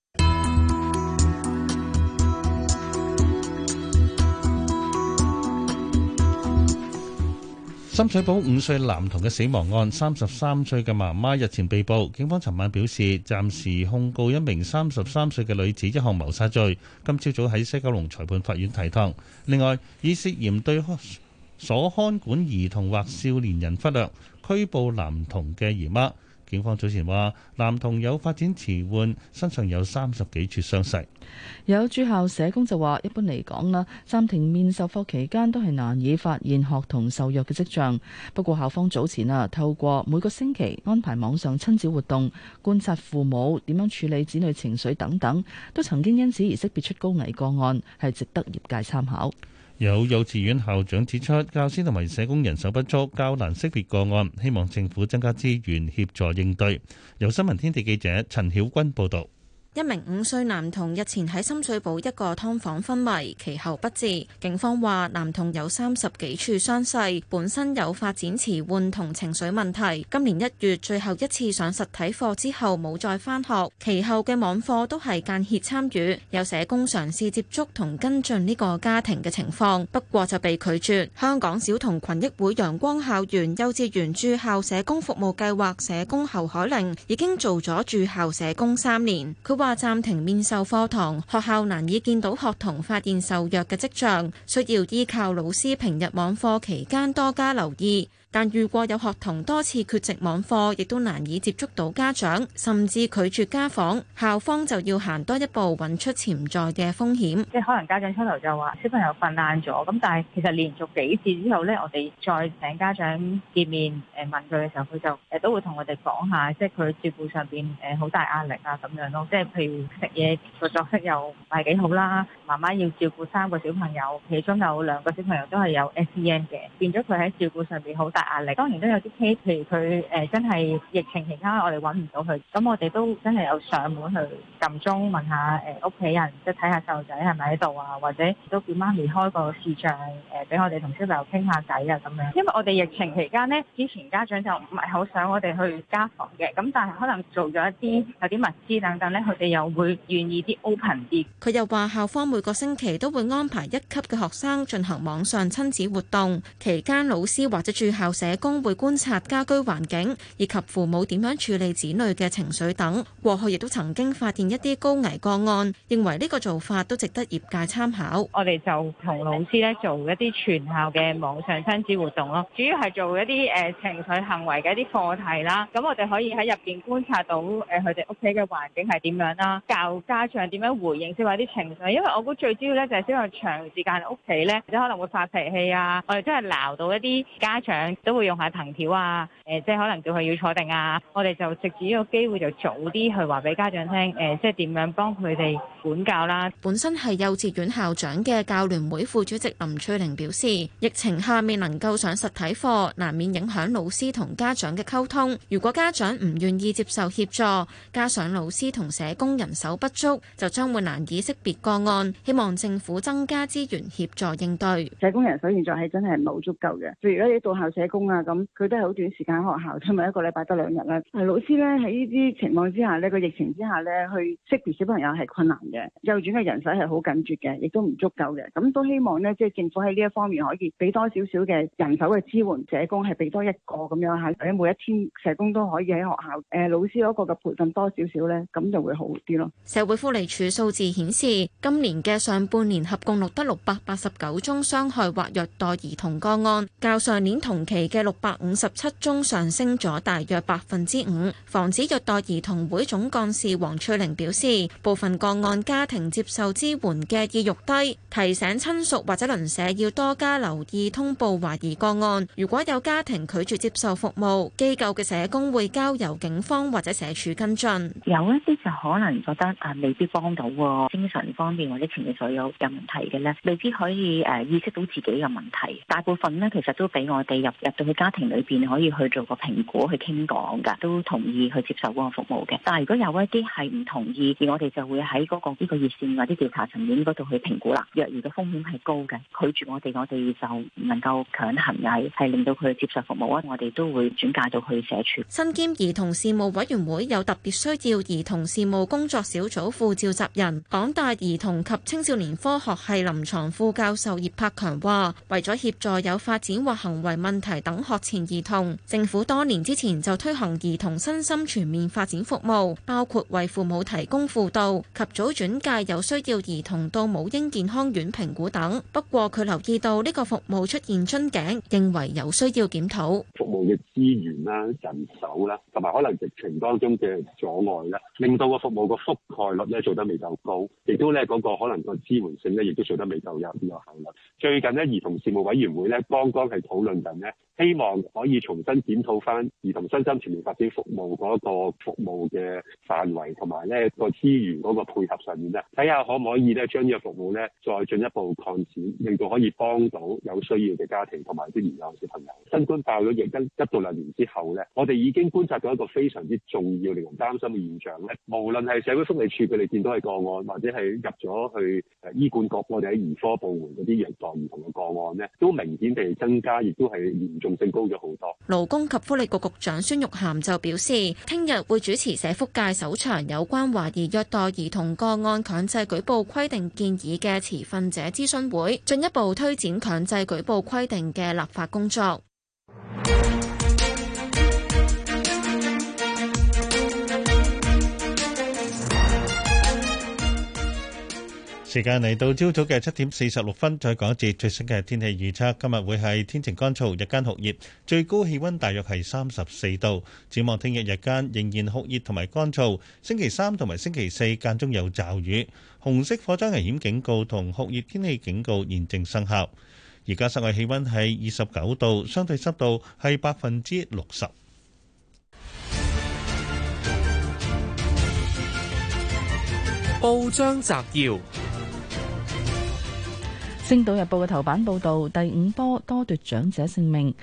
深水埗5歲男童嘅死亡案，33歲嘅媽媽日前被捕，警方尋晚表示暫時控告一名33歲嘅女子一項謀殺罪。今朝早喺西九龍裁判法院提堂。另外，以涉嫌對所看管兒童或少年人忽略，拘捕男童嘅姨媽。警方早前話，男童有發展遲緩，身上有30幾處傷勢。 有駐校社工就話，一般嚟講啦，暫停面授課期間都係難以發現學童受虐嘅跡象。不過校方早前透過每個星期安排網上親子活動，觀察父母點樣處理子女情緒等等，都曾經因此而識別出高危個案，係值得業界參考。 有幼稚園校長指出，教師同埋社工人手不足，較難識別個案，希望政府增加資源協助應對。由新聞天地記者陳曉君報導。 一名5歲男童日前喺深水埗一個劏房昏迷，其後不治。警方話男童有30幾處傷勢，本身有發展遲緩同情緒問題。今年1月最後一次上實體課之後冇再返學，其後嘅網課都係間歇參與。有社工嘗試接觸同跟進呢個家庭嘅情況，不過就被拒絕。香港小童群益會陽光校園幼稚園駐校社工服務計劃社工侯海玲已經做咗駐校社工3年。佢話暫停面授課堂，學校難以見到學童發現受虐嘅跡象，需要依靠老師平日網課期間多加留意。但如果有學童多次缺席網課，亦都難以接觸到家長，甚至拒絕家訪，校方就要行多一步，揾出潛在嘅風險。 即係可能家長初頭就話小朋友瞓晏咗，咁但係其實連續幾次之後呢，我哋再請家長見面問佢嘅時候，佢就都會同我哋講下，即係佢照顧上邊好大壓力啊咁樣咯。即係譬如食嘢個作息又唔係幾好啦，媽媽要照顧3個小朋友，其中有2個小朋友都係有 SEN 嘅，變咗佢喺照顧上邊好大壓力。當然都有啲 case，譬如佢真係疫情期間我哋揾唔到佢，咁我哋都真係有上門去撳鐘問下屋企人，即係睇下細路仔係咪喺度啊，或者都叫媽咪開個視像俾我哋同小朋友傾下偈啊咁樣。因為我哋疫情期間呢，之前家長就唔係好想我哋去家訪嘅，咁但係可能做咗有啲物資等等呢，佢哋又會願意啲 open 啲。 佢又話校方每個星期都會安排1級嘅學生進行網上親子活動，期間老師或者駐校社工會觀察家居環境以及父母點樣處理子女嘅情緒等。過去亦都曾經發現一啲高危個案，認為呢個做法都值得業界參考。 我哋就同老師咧做一啲全校嘅網上親子活動咯，主要係做一啲情緒行為嘅一啲課題啦。咁我哋可以喺入邊觀察到佢哋屋企嘅環境係點樣啦，教家長點樣回應小朋友啲情緒。因為我估最主要咧就係小朋友長時間喺屋企咧，即可能會發脾氣啊，我哋真係鬧到一啲家長都會用下藤條啊，即係可能叫佢要坐定啊。我哋就藉住呢個機會就早啲去話俾家長聽，即係點樣幫佢哋管教啦。 本身係幼稚園校長嘅教聯會副主席林翠玲表示，疫情下未能夠上實體課，難免影響老師同家長嘅溝通。如果家長唔願意接受協助，加上老師同社工人手不足，就將會難以識別個案。希望政府增加資源協助應對。 社工人手現在係真係唔係好足夠嘅。譬如如果你到校社工啊，咁佢都係好短時間喺學校，因為一個禮拜得2日啦。老師咧喺呢啲情況之下呢，個疫情之下呢，去識別小朋友係困難嘅，幼稚園嘅人手係好緊絀嘅，亦都唔足夠嘅。咁都希望呢，即係政府喺呢一方面可以俾多少少嘅人手嘅支援，社工係俾多一個咁樣嚇，或者每一天社工都可以喺學校老師嗰個嘅培訓多少少呢，咁就會好啲咯。 社會福利署數字顯示，今年嘅上半年合共錄得689宗傷害或虐待兒童個案，較上年同期嘅657宗上升咗大約5%。防止虐待兒童會總幹事黃翠玲表示，部分個案家庭接受支援嘅意欲低，提醒親屬或者鄰舍要多加留意通報懷疑個案。如果有家庭拒絕接受服務，機構嘅社工會交由警方或者社署跟進。 有一啲就可能覺得未必幫到喎，精神方面或者情緒有問題嘅咧，未必可以意識到自己嘅問題。大部分呢，其實都俾我哋入到去家庭裏邊可以去做個評估去傾講㗎，都同意去接受嗰個服務嘅。但係如果有一啲係唔同意，而我哋就會喺嗰個呢個熱線或者調查層面嗰度去評估啦。若然嘅風險係高嘅，拒絕我哋就唔能夠強行係令到佢接受服務啊，我哋都會轉介到去社署。 身兼兒童事務委員會有特別需要兒童事務工作小組副召集人、港大兒童及青少年科學系臨床副教授葉柏強話，為咗協助有發展或行為問題等學前兒童，政府多年之前就推行兒童身心全面發展服務，包括為父母提供輔導及早轉介有需要兒童到母嬰健康院評估等。不過佢留意到呢個服務出現樽頸，認為有需要檢討服務嘅資源啦、人手啦，同埋可能疫情當中嘅阻礙啦，令到個服務個覆蓋率咧做得未夠高，亦都咧嗰個可能個支援性咧亦都做得未夠有效率。最近咧兒童事務委員會咧剛剛係討論緊咧，希望可以重新檢討翻兒童身心全面發展服務嗰個服務嘅範圍同埋咧個資源嗰個配合上面咧，睇下可唔可以咧將呢個服務咧再進一步擴展，令到可以幫到有需要嘅家庭同埋啲兒幼小朋友。新冠爆咗疫1到2年之後咧，我哋已經觀察到一個非常之重要、令人擔心嘅現象咧。無論係社會福利署佢哋見到嘅個案，或者係入咗去醫管局我哋喺兒科部門嗰啲虐待兒童嘅個案咧，都明顯地增加，亦都係嚴重性高咗好多。 勞工及福利局局長孫玉菡就表示，聽日會主持社福界首場有關懷疑虐待兒童個案強制舉報規定建議嘅持份者諮詢會，進一步推展強制舉報規定嘅立法工作。 時間嚟到朝早嘅7:46，再講一節最新嘅天氣預測。今日會係天晴乾燥，日間酷熱，最高氣溫大約係34度。展望聽日日間仍然酷熱同埋乾燥，星期3同埋星期4間中有驟雨。紅色火災危險警告同酷熱天氣警告現正生效。而家室外氣溫係29度，相對濕度係60%。 報章摘要。 《星島日報》嘅頭版報導，第5波多奪長者性命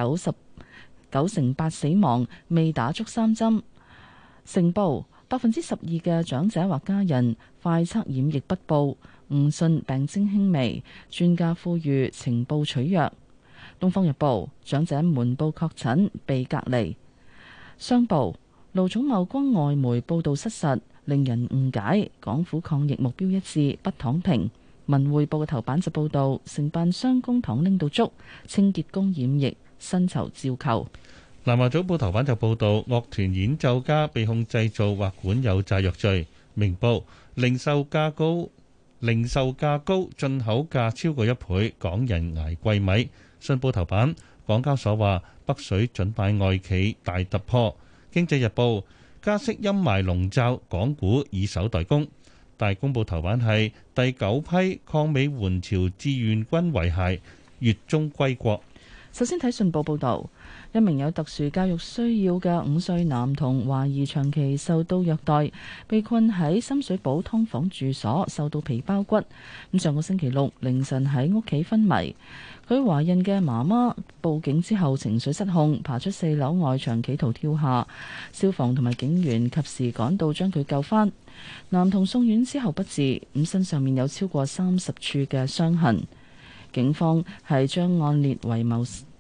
，9成8死亡，未打足3針。成報12%嘅長者或家人快測染疫不報，誤信病徵輕微，專家呼籲情報取藥。《東方日報》長者瞞報確診被隔離。商報盧寵茂光外媒報導失實，令人誤解，港府抗疫目標一致，不躺平。文匯報嘅頭版就報道，承辦商公帑拎到足，清潔工染疫，薪酬照扣。 南華早報頭版就報道，樂團演奏家被控製造或管有炸藥罪。明報零售價高，進口價超過1倍，港人捱貴米。信報頭版，港交所話北水準買外企大突破。經濟日報加息陰霾籠罩，港股以守待攻。大公報頭版係第9批抗美援朝志願軍遺骸月中歸國。 首先睇信報報導，一名有特殊教育需要嘅5歲男童懷疑長期受到虐待，被困喺深水埗劏房住所，受到皮包骨。上個星期6凌晨喺屋企昏迷，佢懷孕嘅媽媽報警之後情緒失控，爬出4樓外牆企圖跳下，消防同埋警員及時趕到將佢救返。男童送院之後不治，身上面有超過30處嘅傷痕。警方係將案列為謀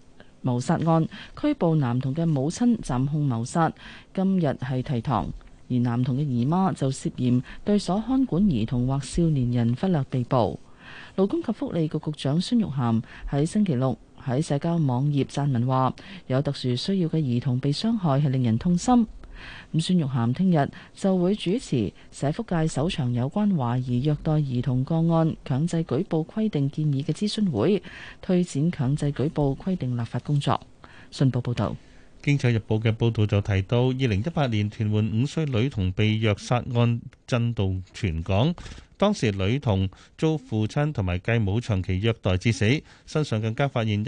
謀殺案，拘捕男童嘅母親，暫控謀殺，今日係提堂。而男童嘅姨媽就涉嫌對所看管兒童或少年人忽略被捕。勞工及福利局局長孫玉菡喺星期六喺社交網頁撰文話，有特殊需要嘅兒童被傷害係令人痛心。咁孫玉菡聽日就會主持社福界首場有關懷疑虐待兒童個案強制舉報規定建議嘅諮詢會，推展強制舉報規定立法工作。信報報道。 《經濟日報》嘅報導就提到，2018年屯門5歲女童被虐殺案震動全港，當時女童遭父親同埋繼母長期虐待致死，身上更加發現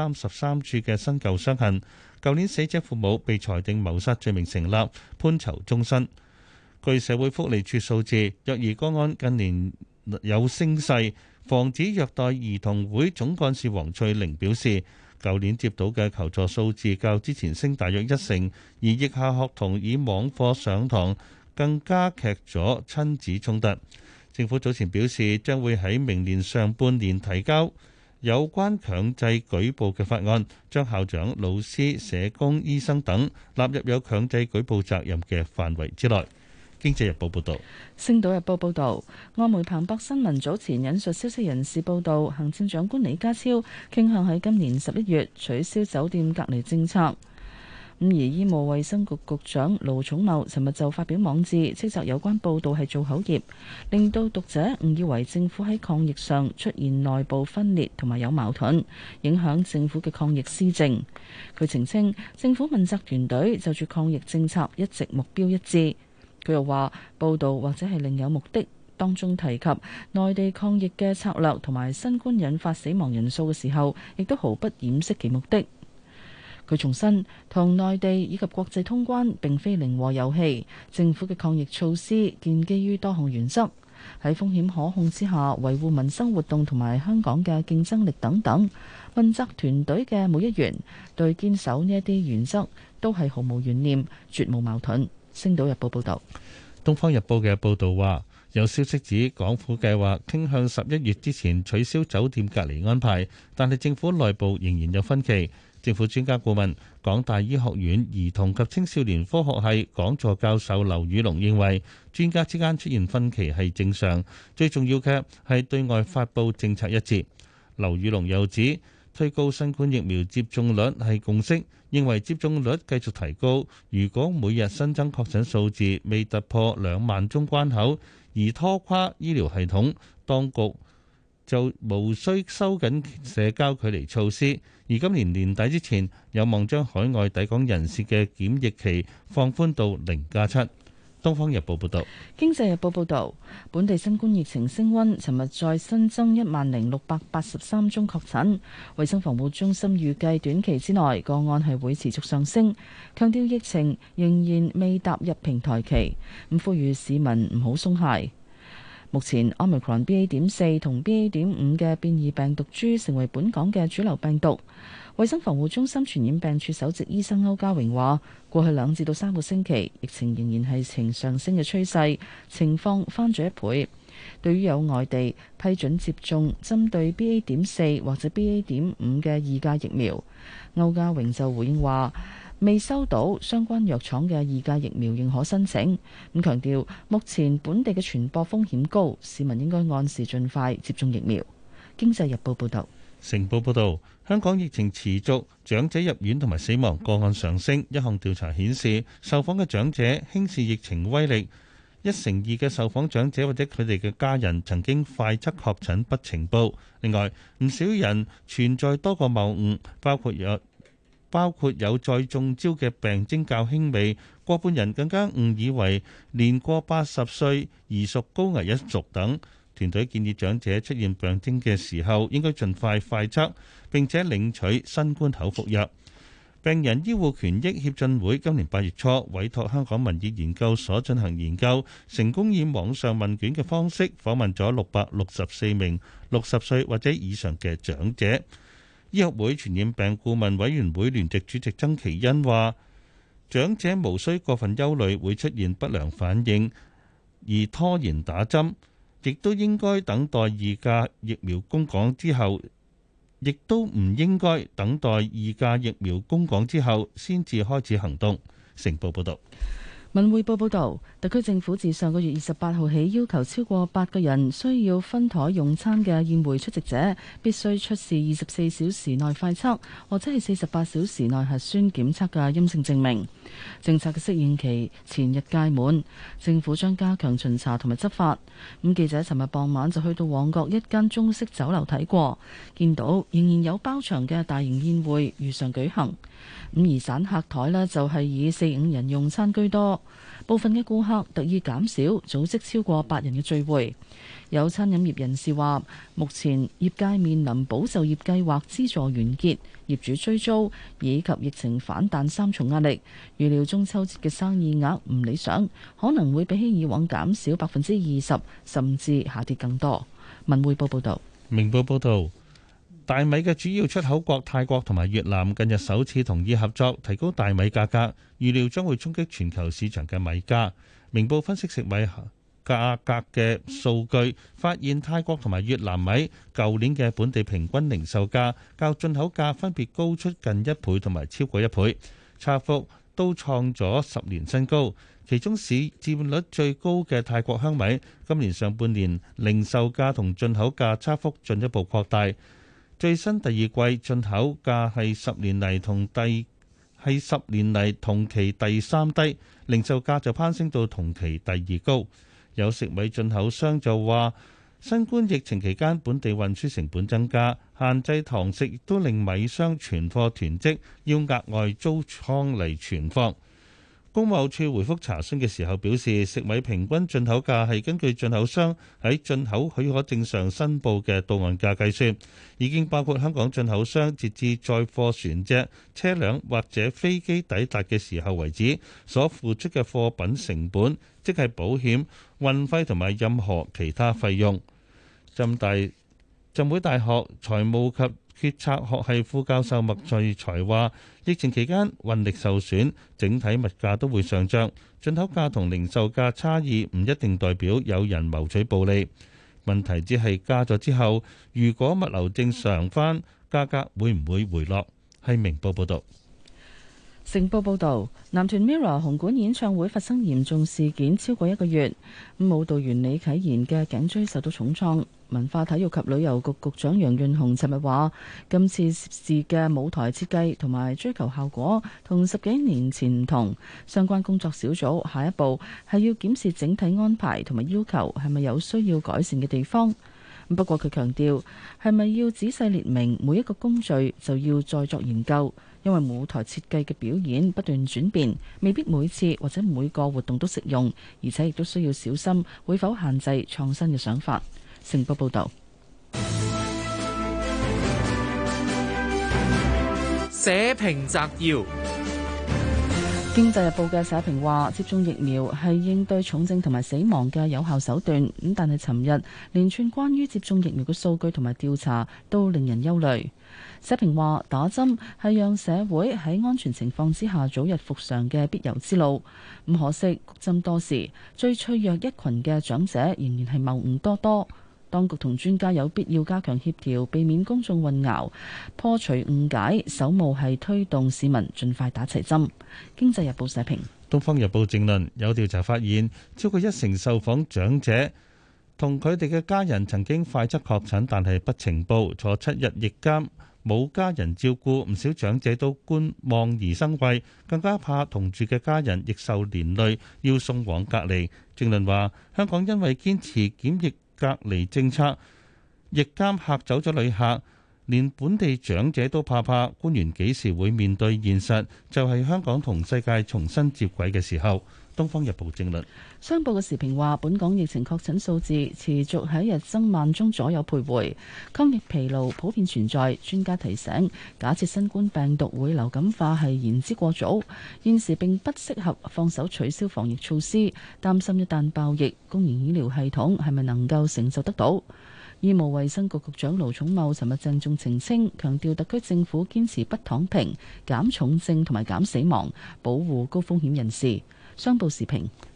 133處嘅新舊傷痕。舊年死者父母被裁定謀殺罪名成立，判囚終身。據社會福利署數字，虐兒個案近年有升勢。防止虐待兒童會總幹事黃翠玲表示，舊年接到嘅求助數字較之前升大約1成，而疫下學童以網課上堂更加劇咗親子衝突。政府早前表示，將會喺明年上半年提交有關強制舉報嘅法案，將校長、老師、社工、醫生等納入有強制舉報責任嘅範圍之內。經濟日報報導。 星島日報報導，外媒彭博新聞早前引述消息人士報導，行政長官李家超傾向喺今年11月取消酒店隔離政策。而醫務衛生局局長盧寵茂尋日就發表網誌，斥責有關報導係做口業，令到讀者誤以為政府喺抗疫上出現內部分裂同埋有矛盾，影響政府嘅抗疫施政。佢澄清，政府問責團隊就住抗疫政策一直目標一致。佢又話，報道或者係另有目的，當中提及內地抗疫嘅策略同埋新冠引發死亡人數嘅時候，亦都毫不掩飾其目的。佢重申，同內地以及國際通關並非零和遊戲，政府嘅抗疫措施建基於多項原則，喺風險可控之下維護民生活動同埋香港嘅競爭力等等。問責團隊嘅每一員對堅守呢一啲原則都係毫無懸念，絕無矛盾。星島日報報道。 東方日報嘅報導話，有消息指港府計劃傾向11月之前取消酒店隔離安排，但係政府內部仍然有分歧。政府專家顧問、港大醫學院兒童及青少年科學系講座教授劉宇龍認為，專家之間出現分歧係正常，最重要嘅係對外發布政策一致。劉宇龍又指，推高新冠疫苗接種率係共識，認為接種率繼續提高，如果每日新增確診數字未突破2萬宗關口，而拖垮醫療系統，當局就無需收緊社交距離措施，而今年年底之前有望將海外抵港人士嘅檢疫期放寬到0+7。《東方日報》報導，《 經濟日報》報導，本地新冠疫情升溫，尋日再新增10,683宗確診。衛生防護中心預計短期之內個案係會持續上升，強調疫情仍然未踏入平台期，咁呼籲市民唔好鬆懈。目前 Omicron BA.4 同 BA.5 嘅變異病毒株成為本港嘅主流病毒。衛生防護中心傳染病處首席醫生歐家榮話，過去2至到3個星期，疫情仍然係呈上升嘅趨勢，情況翻咗1倍。對於有外地批准接種針對 BA.4 或者 BA.5 嘅2價疫苗，歐家榮就回應話，未收到相關藥廠嘅2價疫苗認可申請，咁強調目前本地嘅傳播風險高，市民應該按時盡快接種疫苗。經濟日報報道。 成報報導，香港疫情持續，長者入院同埋死亡個案上升。一項調查顯示，受訪嘅長者輕視疫情威力，1成2嘅受訪長者或者佢哋嘅家人曾經快測確診不呈報。另外，唔少人存在多個謬誤，包括有再中招嘅病徵較輕微，過半人更加誤以為年過80歲而屬高危一族等。團隊建議長者出現病徵嘅時候，應該盡快快測，並且領取新冠口服藥。病人醫護權益協進會今年8月初委託香港民意研究所進行研究，成功以網上問卷嘅方式訪問咗664名60歲或者以上嘅長者。醫學會傳染病顧問委員會聯席主席曾其恩話，長者無需過分憂慮會出現不良反應而拖延打針，亦都應該等待2價疫苗供港之後亦都唔應該等待二價疫苗供港之後先至開始行動。成報報導。 文匯報報道，特區政府自上個月28號起，要求超過8個人需要分枱用餐嘅宴會出席者，必須出示24小時內快測或者係48小時內核酸檢測嘅陰性證明。政策嘅適應期前日屆滿，政府將加強巡查同埋執法。記者尋日傍晚就去到旺角一間中式酒樓睇過，見到仍然有包場嘅大型宴會如常舉行。而散客枱呢，就係以4-5人用餐居多，部分嘅顧客特意減少組織超過8人嘅聚會。有餐飲業人士話，目前業界面臨保就業計劃資助完結、業主追租以及疫情反彈3重壓力，預料中秋節嘅生意額唔理想，可能會比起以往減少20%，甚至下跌更多。文匯報報道。 明報報導。大米嘅主要出口國泰國同埋越南近日首次同意合作提高大米價格，預料將會衝擊全球市場嘅米價。明報分析食米價格嘅數據，發現泰國同埋越南米舊年嘅本地平均零售價較進口價分別高出近1倍同埋超過1倍，差幅都創咗10年新高。其中市佔率最高嘅泰國香米，今年上半年零售價同進口價差幅進一步擴大。最新第二季進口價係10年嚟同期第3低，零售價就攀升到同期第2高。有食米進口商就話，新冠疫情期間本地運輸成本增加，限制堂食亦都令米商存貨囤積，要額外租倉嚟存貨。工貿處回覆查詢嘅時候表示，食米平均進口價係根據進口商喺進口許可證上申報嘅到岸價計算，已經包括香港進口商截至載貨船隻、車輛或者飛機抵達嘅時候為止所付出嘅貨品成本，即係保險、運費同埋任何其他費用。浸會大學財務及決策學系副教授麥瑞才話，疫情期間運力受損，整體物價都會上漲，進口價同零售價差異唔一定代表有人謀取暴利。問題只係加咗之後，如果物流正常翻，價格會唔會回落？係明報報道。 成報報導，男團 MIRROR 紅館演唱會發生嚴重事件超過1個月，舞蹈員李啟賢嘅頸椎受到重創。文化體育及旅遊局局長楊潤雄尋日話，今次涉事嘅舞台設計同埋追求效果同10幾年前唔同，相關工作小組下一步係要檢視整體安排同埋要求係咪有需要改善嘅地方。不過佢強調，係咪要仔細列明每一個工序就要再作研究，因為舞台設計嘅表演不斷轉變，未必每次或者每個活動都適用，而且亦都需要小心會否限制創新嘅想法。成報報導。 社評摘要。 經濟日報嘅社評話，接種疫苗係應對重症同埋死亡嘅有效手段。但係尋日連串關於接種疫苗嘅數據同埋調查都令人憂慮。社評話，打針係讓社會喺安全情況之下早日復常嘅必由之路。咁可惜，谷針多時，最脆弱一群嘅長者仍然係謬誤多多。當局同專家有必要加強協調，避免公眾混淆，破除誤解。首務係推動市民盡快打齊針。經濟日報社評。 東方日報正論，有調查發現，超過1成受訪長者同佢哋嘅家人曾經快測確診，但係不呈報，坐7日疫監，冇家人照顧，唔少長者都觀望而生畏，更加怕同住嘅家人亦受連累，要送往隔離。正論話，香港因為堅持檢疫隔離政策，疫監嚇走咗旅客，連本地長者都怕。官員幾時會面對現實？就係香港同世界重新接軌嘅時候。東方日報正論。 商報嘅時評話，本港疫情確診數字持續喺日增萬宗左右徘徊，抗疫疲勞普遍存在。專家提醒，假設新冠病毒會流感化係言之過早，現時並不適合放手取消防疫措施，擔心一旦爆疫，公營醫療系統係咪能夠承受得到？醫務衛生局局長盧寵茂尋日鄭重澄清，強調特區政府堅持不躺平，減重症同埋減死亡，保護高風險人士。商報時評。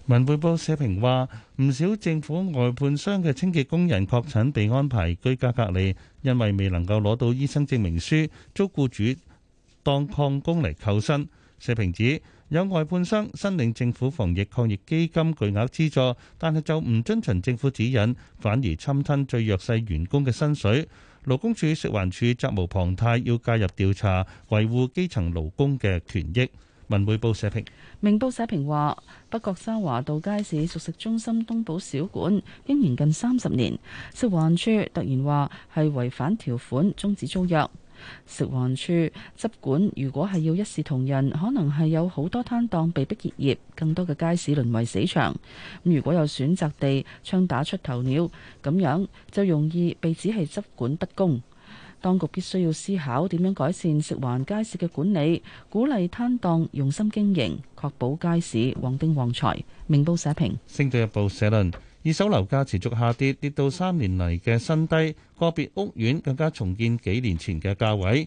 文匯報社評話，唔少政府外判商嘅清潔工人確診被安排居家隔離，因為未能夠攞到醫生證明書，遭僱主當曠工嚟扣薪。社評指有外判商申領政府防疫抗疫基金巨額資助，但係就唔遵循政府指引，反而侵吞最弱勢員工嘅薪水。勞工處、食環署責無旁貸，要介入調查，維護基層勞工嘅權益。文匯報社評。 明報社評話，北角沙華道街市熟食中心東寶小館經營近30年，食環署突然話係違反條款終止租約。食環署執管如果係要一視同仁，可能係有好多攤檔被逼結業，更多嘅街市淪為死場。咁如果有選擇地槍打出頭鳥，咁樣就容易被指係執管不公。當局必須要思考點樣改善食環街市嘅管理，鼓勵攤檔用心經營，確保街市旺丁旺財。明報社評。 星島日報社論。二手樓價持續下跌，跌到3年嚟嘅新低，個別屋苑更加重建幾年前嘅價位。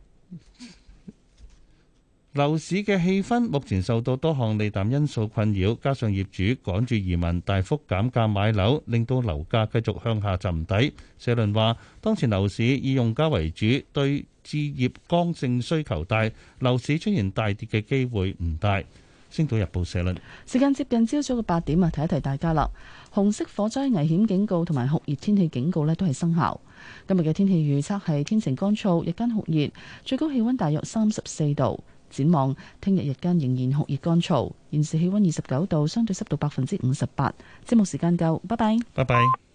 樓市嘅氣氛目前受到多項利淡因素困擾，加上業主趕住移民，大幅減價買樓，令到樓價繼續向下沉底。社論話，當前樓市以用家為主，對置業剛性需求大，樓市出現大跌嘅機會唔大。星島日報社論。 時間接近朝早嘅8點啊，提一提大家啦。紅色火災危險警告同埋酷熱天氣警告呢都係生效。今日嘅天氣預測係天晴乾燥，日間酷熱，最高氣溫大約34度。展望聽日日間仍然酷熱乾燥。現時氣溫29度，相對濕度58%。節目時間夠，拜拜。 拜拜。